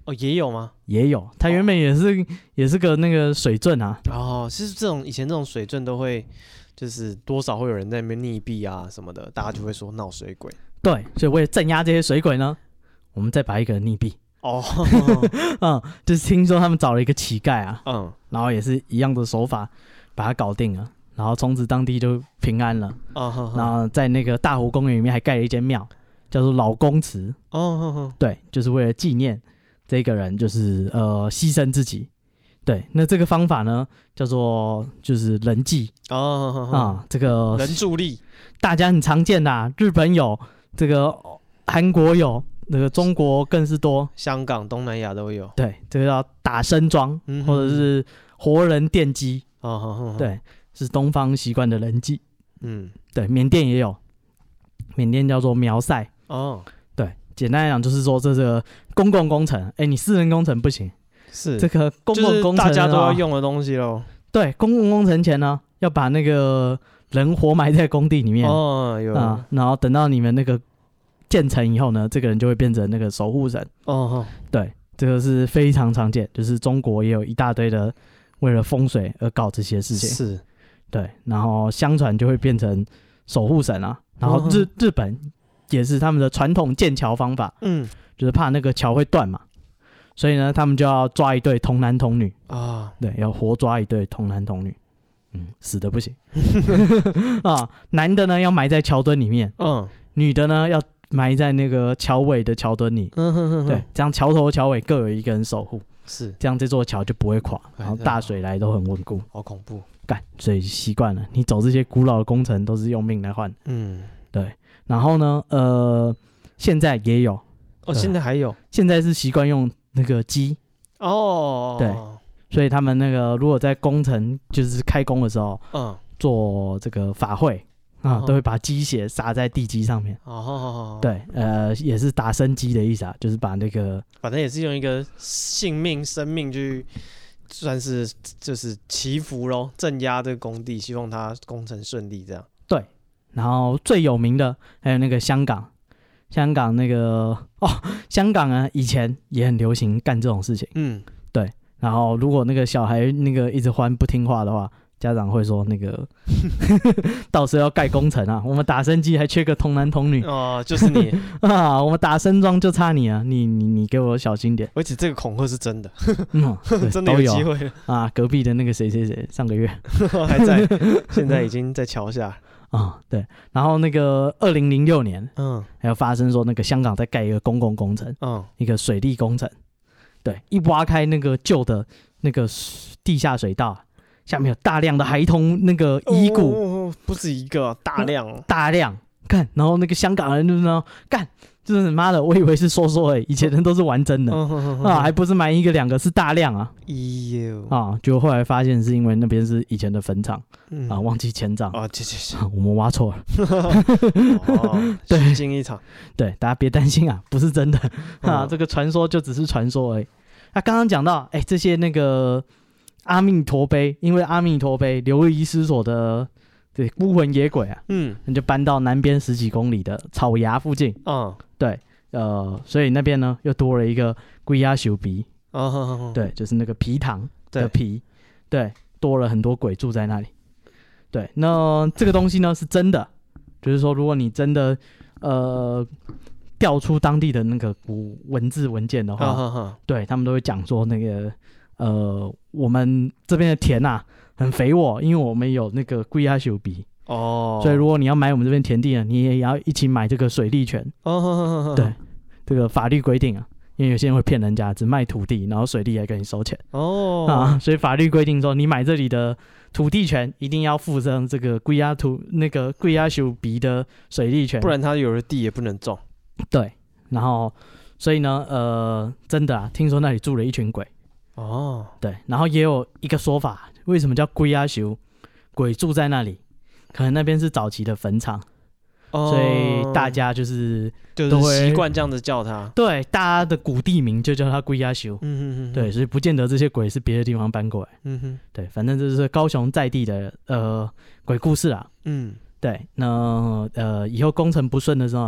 哦，也有吗？ 也有，它原本也是、哦、也是个那个水圳啊。 哦，其实这种以前这种水圳都会，就是多少会有人在那边溺毙啊什么的，大家就会说闹水鬼。 对，所以为了镇压这些水鬼呢，我们再把一个人溺毙。哦，嗯，就是听说他们找了一个乞丐啊，嗯，然后也是一样的手法把他搞定了，然后从此当地就平安了。哦，呵呵，然后在那个大湖公园里面还盖了一间庙，叫做老公祠。哦，呵呵，对，就是为了纪念这个人，就是呃牺牲自己。对，那这个方法呢叫做就是人祭。哦，呵呵，啊，这个人助力， 大家很常见的、啊，日本有，这个韩国有。那个中国更是多， 香港、东南亚都有。 对，这个叫打生桩，嗯、或者是活人奠基。哦，好好好，对，是东方习惯的人祭。嗯，对，缅甸也有，缅甸叫做苗赛。哦，对，简单来讲就是说这个公共工程，哎，你私人工程不行， 是这个公共工程、 就是、大家都要用的东西咯。 对，公共工程前呢，要把那个人活埋在工地里面。哦，有啊、嗯，然后等到你们那个建成以后呢，这个人就会变成那个守护神。哦，对，这个是非常常见，就是中国也有一大堆的为了风水而搞这些事情。 是， 对，然后相传就会变成守护神啊。然后日、哦、日本也是他们的传统建桥方法，嗯，就是怕那个桥会断嘛，所以呢，他们就要抓一对童男童女啊，对，要活抓一对童男童女，嗯，死的不行啊，男的呢要埋在桥墩里面，嗯，女的呢要埋在那个桥尾的桥墩里，嗯哼哼哼，对，这样桥头桥尾各有一个人守护， 是， 这样这座桥就不会垮，然后大水来都很稳固。 好恐怖， 干，所以习惯了，你走这些古老的工程都是用命来换，嗯，对。然后呢，呃，现在也有， 哦，现在还有， 现在是习惯用那个鸡，哦，对，所以他们那个如果在工程就是开工的时候，嗯，做这个法会。啊、哦，都会把鸡血撒在地基上面。哦，对，呃，也是打生鸡的意思啊，就是把那个， 反正也是用一个性命、生命去，算是就是祈福咯，镇压这个工地，希望它工程顺利这样。 对，然后最有名的还有那个香港，香港那个哦，香港啊，以前也很流行干这种事情。嗯，对，然后如果那个小孩那个一直欢不听话的话。家长会说那个到时候要盖工程啊，我们打生机还缺个童男童女哦，就是你啊，我们打生桩就差你啊，你你你给我小心点。 而且这个恐吓是真的，嗯，真的有机会啊。隔壁的那个谁谁谁上个月还在，现在已经在桥下啊、嗯。对，然后那个二零零六年，嗯，还有发生说那个香港在盖一个公共工程，嗯，一个水利工程，对，一挖开那个旧的那个地下水道。下面有大量的孩童那个遗骨， 哦、不止一个，大量大量干，然后那个香港人就是呢干，就是妈的，我以为是说说而已，以前人都是玩真的、嗯、啊，还不是买一个两个，是大量啊，啊，就后来发现是因为那边是以前的坟场、嗯、啊，忘记迁葬啊，这这啊，我们挖错了， 哦，虚惊一场， 对，大家别担心啊，不是真的啊，这个传说就只是传说而已。那刚刚讲到，哎，这些那个。阿弥陀碑，因为阿弥陀碑流离失所的对孤魂野鬼啊，嗯，那就搬到南边十几公里的草衙附近，嗯，对，呃，所以那边呢又多了一个龟鸭修鼻，哦呵呵呵，对，就是那个皮糖的皮，对，对，多了很多鬼住在那里，对，那这个东西呢是真的，就是说如果你真的呃调出当地的那个古文字文件的话，呵呵对他们都会讲说那个。呃，我们这边的田啊很肥沃，因为我们有那个龟鸭修鼻哦，所以如果你要买我们这边田地呢，你也要一起买这个水利权哦呵呵呵，对，这个法律规定啊，因为有些人会骗人家，只卖土地，然后水利还跟你收钱哦啊，所以法律规定说，你买这里的土地权一定要附上这个龟鸭土那个龟鸭修鼻的水利权， 不然他有的地也不能种。 对，然后所以呢，呃，真的啊，听说那里住了一群鬼。哦，对，然后也有一个说法，为什么叫龟鸭修？鬼住在那里，可能那边是早期的坟场，哦、所以大家就是就是习惯这样子叫它。 对，大家的古地名就叫它龟鸭修。嗯哼哼，对，所以不见得这些鬼是别的地方搬过来。嗯哼，对，反正这是高雄在地的呃鬼故事啊。嗯，对，那呃以后工程不顺的时候，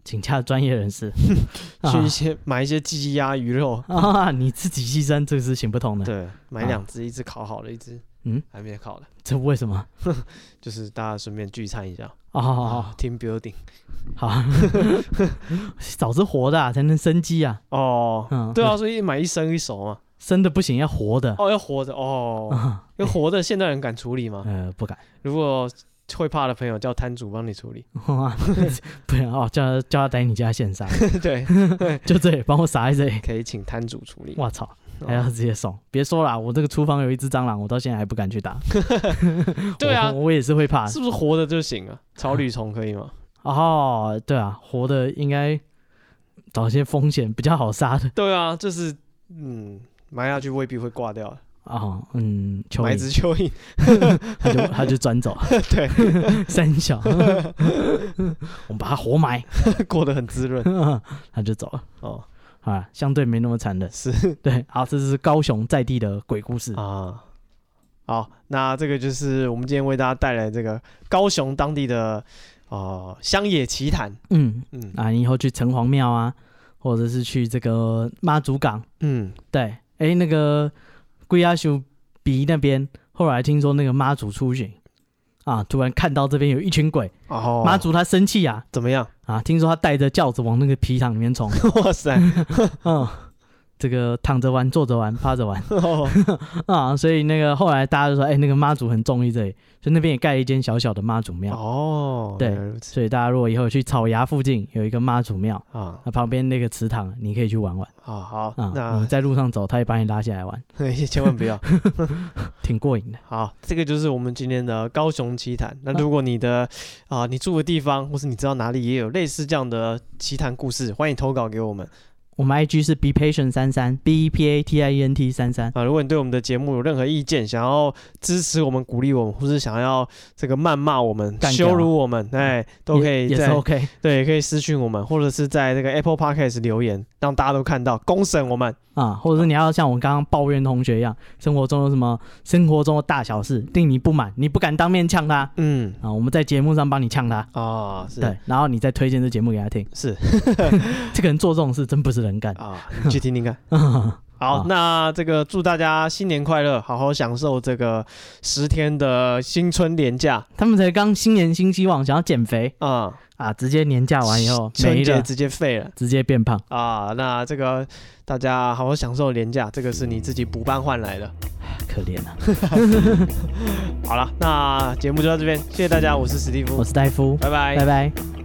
请假专业人士去一些、啊、买一些鸡鸭鱼肉啊，你自己牺牲这个是行不通的。 对，买两只、啊，一只烤好了，一只嗯还没烤的。 这为什么？ 就是大家顺便聚餐一下哦，好好好 ，team building。 好，早是活的、啊、才能生鸡啊。 哦，嗯，对啊，所以买一生一熟嘛。 生的不行，要活的。 哦，要活的哦，嗯、要活的，现代人敢处理吗？ 呃，不敢。 如果会怕的朋友叫摊主帮你处理， 不然哦，叫他叫他来你家现杀， 对， 就这里帮我撒在这里， 可以请摊主处理。 我操，还要直接送，别说啦，我这个厨房有一只蟑螂，我到现在还不敢去打。 对啊我，我也是会怕， 是不是活的就行了？草履虫可以吗？ 哦，对啊，活的应该找一些风险比较好杀的。 对啊，就是嗯，埋下去未必会挂掉的。 哦，嗯， 埋只蚯蚓， 他就他就转走， 对， 三小，我们把它活埋， 过得很滋润， 他就走了。哦，啊，相对没那么残忍， 是对。好，这是高雄在地的鬼故事啊。好，那这个就是我们今天为大家带来这个高雄当地的呃乡野奇谈。嗯嗯， 啊，你以后去城隍庙啊，或者是去这个妈祖港，嗯，对，哎、欸，那个。龟阿修鼻那边，后来听说那个妈祖出巡啊，突然看到这边有一群鬼，哦、妈祖他生气啊， 怎么样啊？听说他带着轿子往那个皮塘里面冲， 哇塞， 嗯，这个躺着玩、坐着玩、趴着玩、哦、啊，所以那个后来大家就说，哎、欸，那个妈祖很中意这里，所以那边也盖了一间小小的妈祖庙。哦，对，所以大家如果以后去草衙附近有一个妈祖庙啊，那旁边那个祠堂你可以去玩玩。 啊，好， 啊、 那你在路上走，他也把你拉下来玩， 千万不要， 挺过瘾的。 好，这个就是我们今天的高雄奇谈。那如果你的啊、呃，你住的地方，或是你知道哪里也有类似这样的奇谈故事，欢迎投稿给我们。 我们 I G 是 be patient 三三 b e p a t i e n t 三三啊。 如果你对我们的节目有任何意见，想要支持我们、鼓励我们，或是想要这个谩骂我们、羞辱我们，哎，都可以也，也是 OK。 对，可以私讯我们，或者是在这个 Apple Podcast 留言，让大家都看到，公审我们啊。或者是你要像我刚刚抱怨同学一样，生活中有什么生活中的大小事令你不满，你不敢当面呛他，嗯啊，我们在节目上帮你呛他啊，是对，然后你再推荐这节目给他听， 是这个人做这种事真不是人干啊，你去听听看。好，那这个祝大家新年快乐，好好享受这个十天的新春连假。 他们才刚新年新希望，想要减肥啊、嗯、啊，直接年假完以后没了， 直接废了， 直接变胖啊。那这个大家好好享受连假，这个是你自己补班换来的， 可怜啊。 好了，那节目就到这边，谢谢大家，我是史蒂夫， 我是戴夫， 拜拜， 拜拜。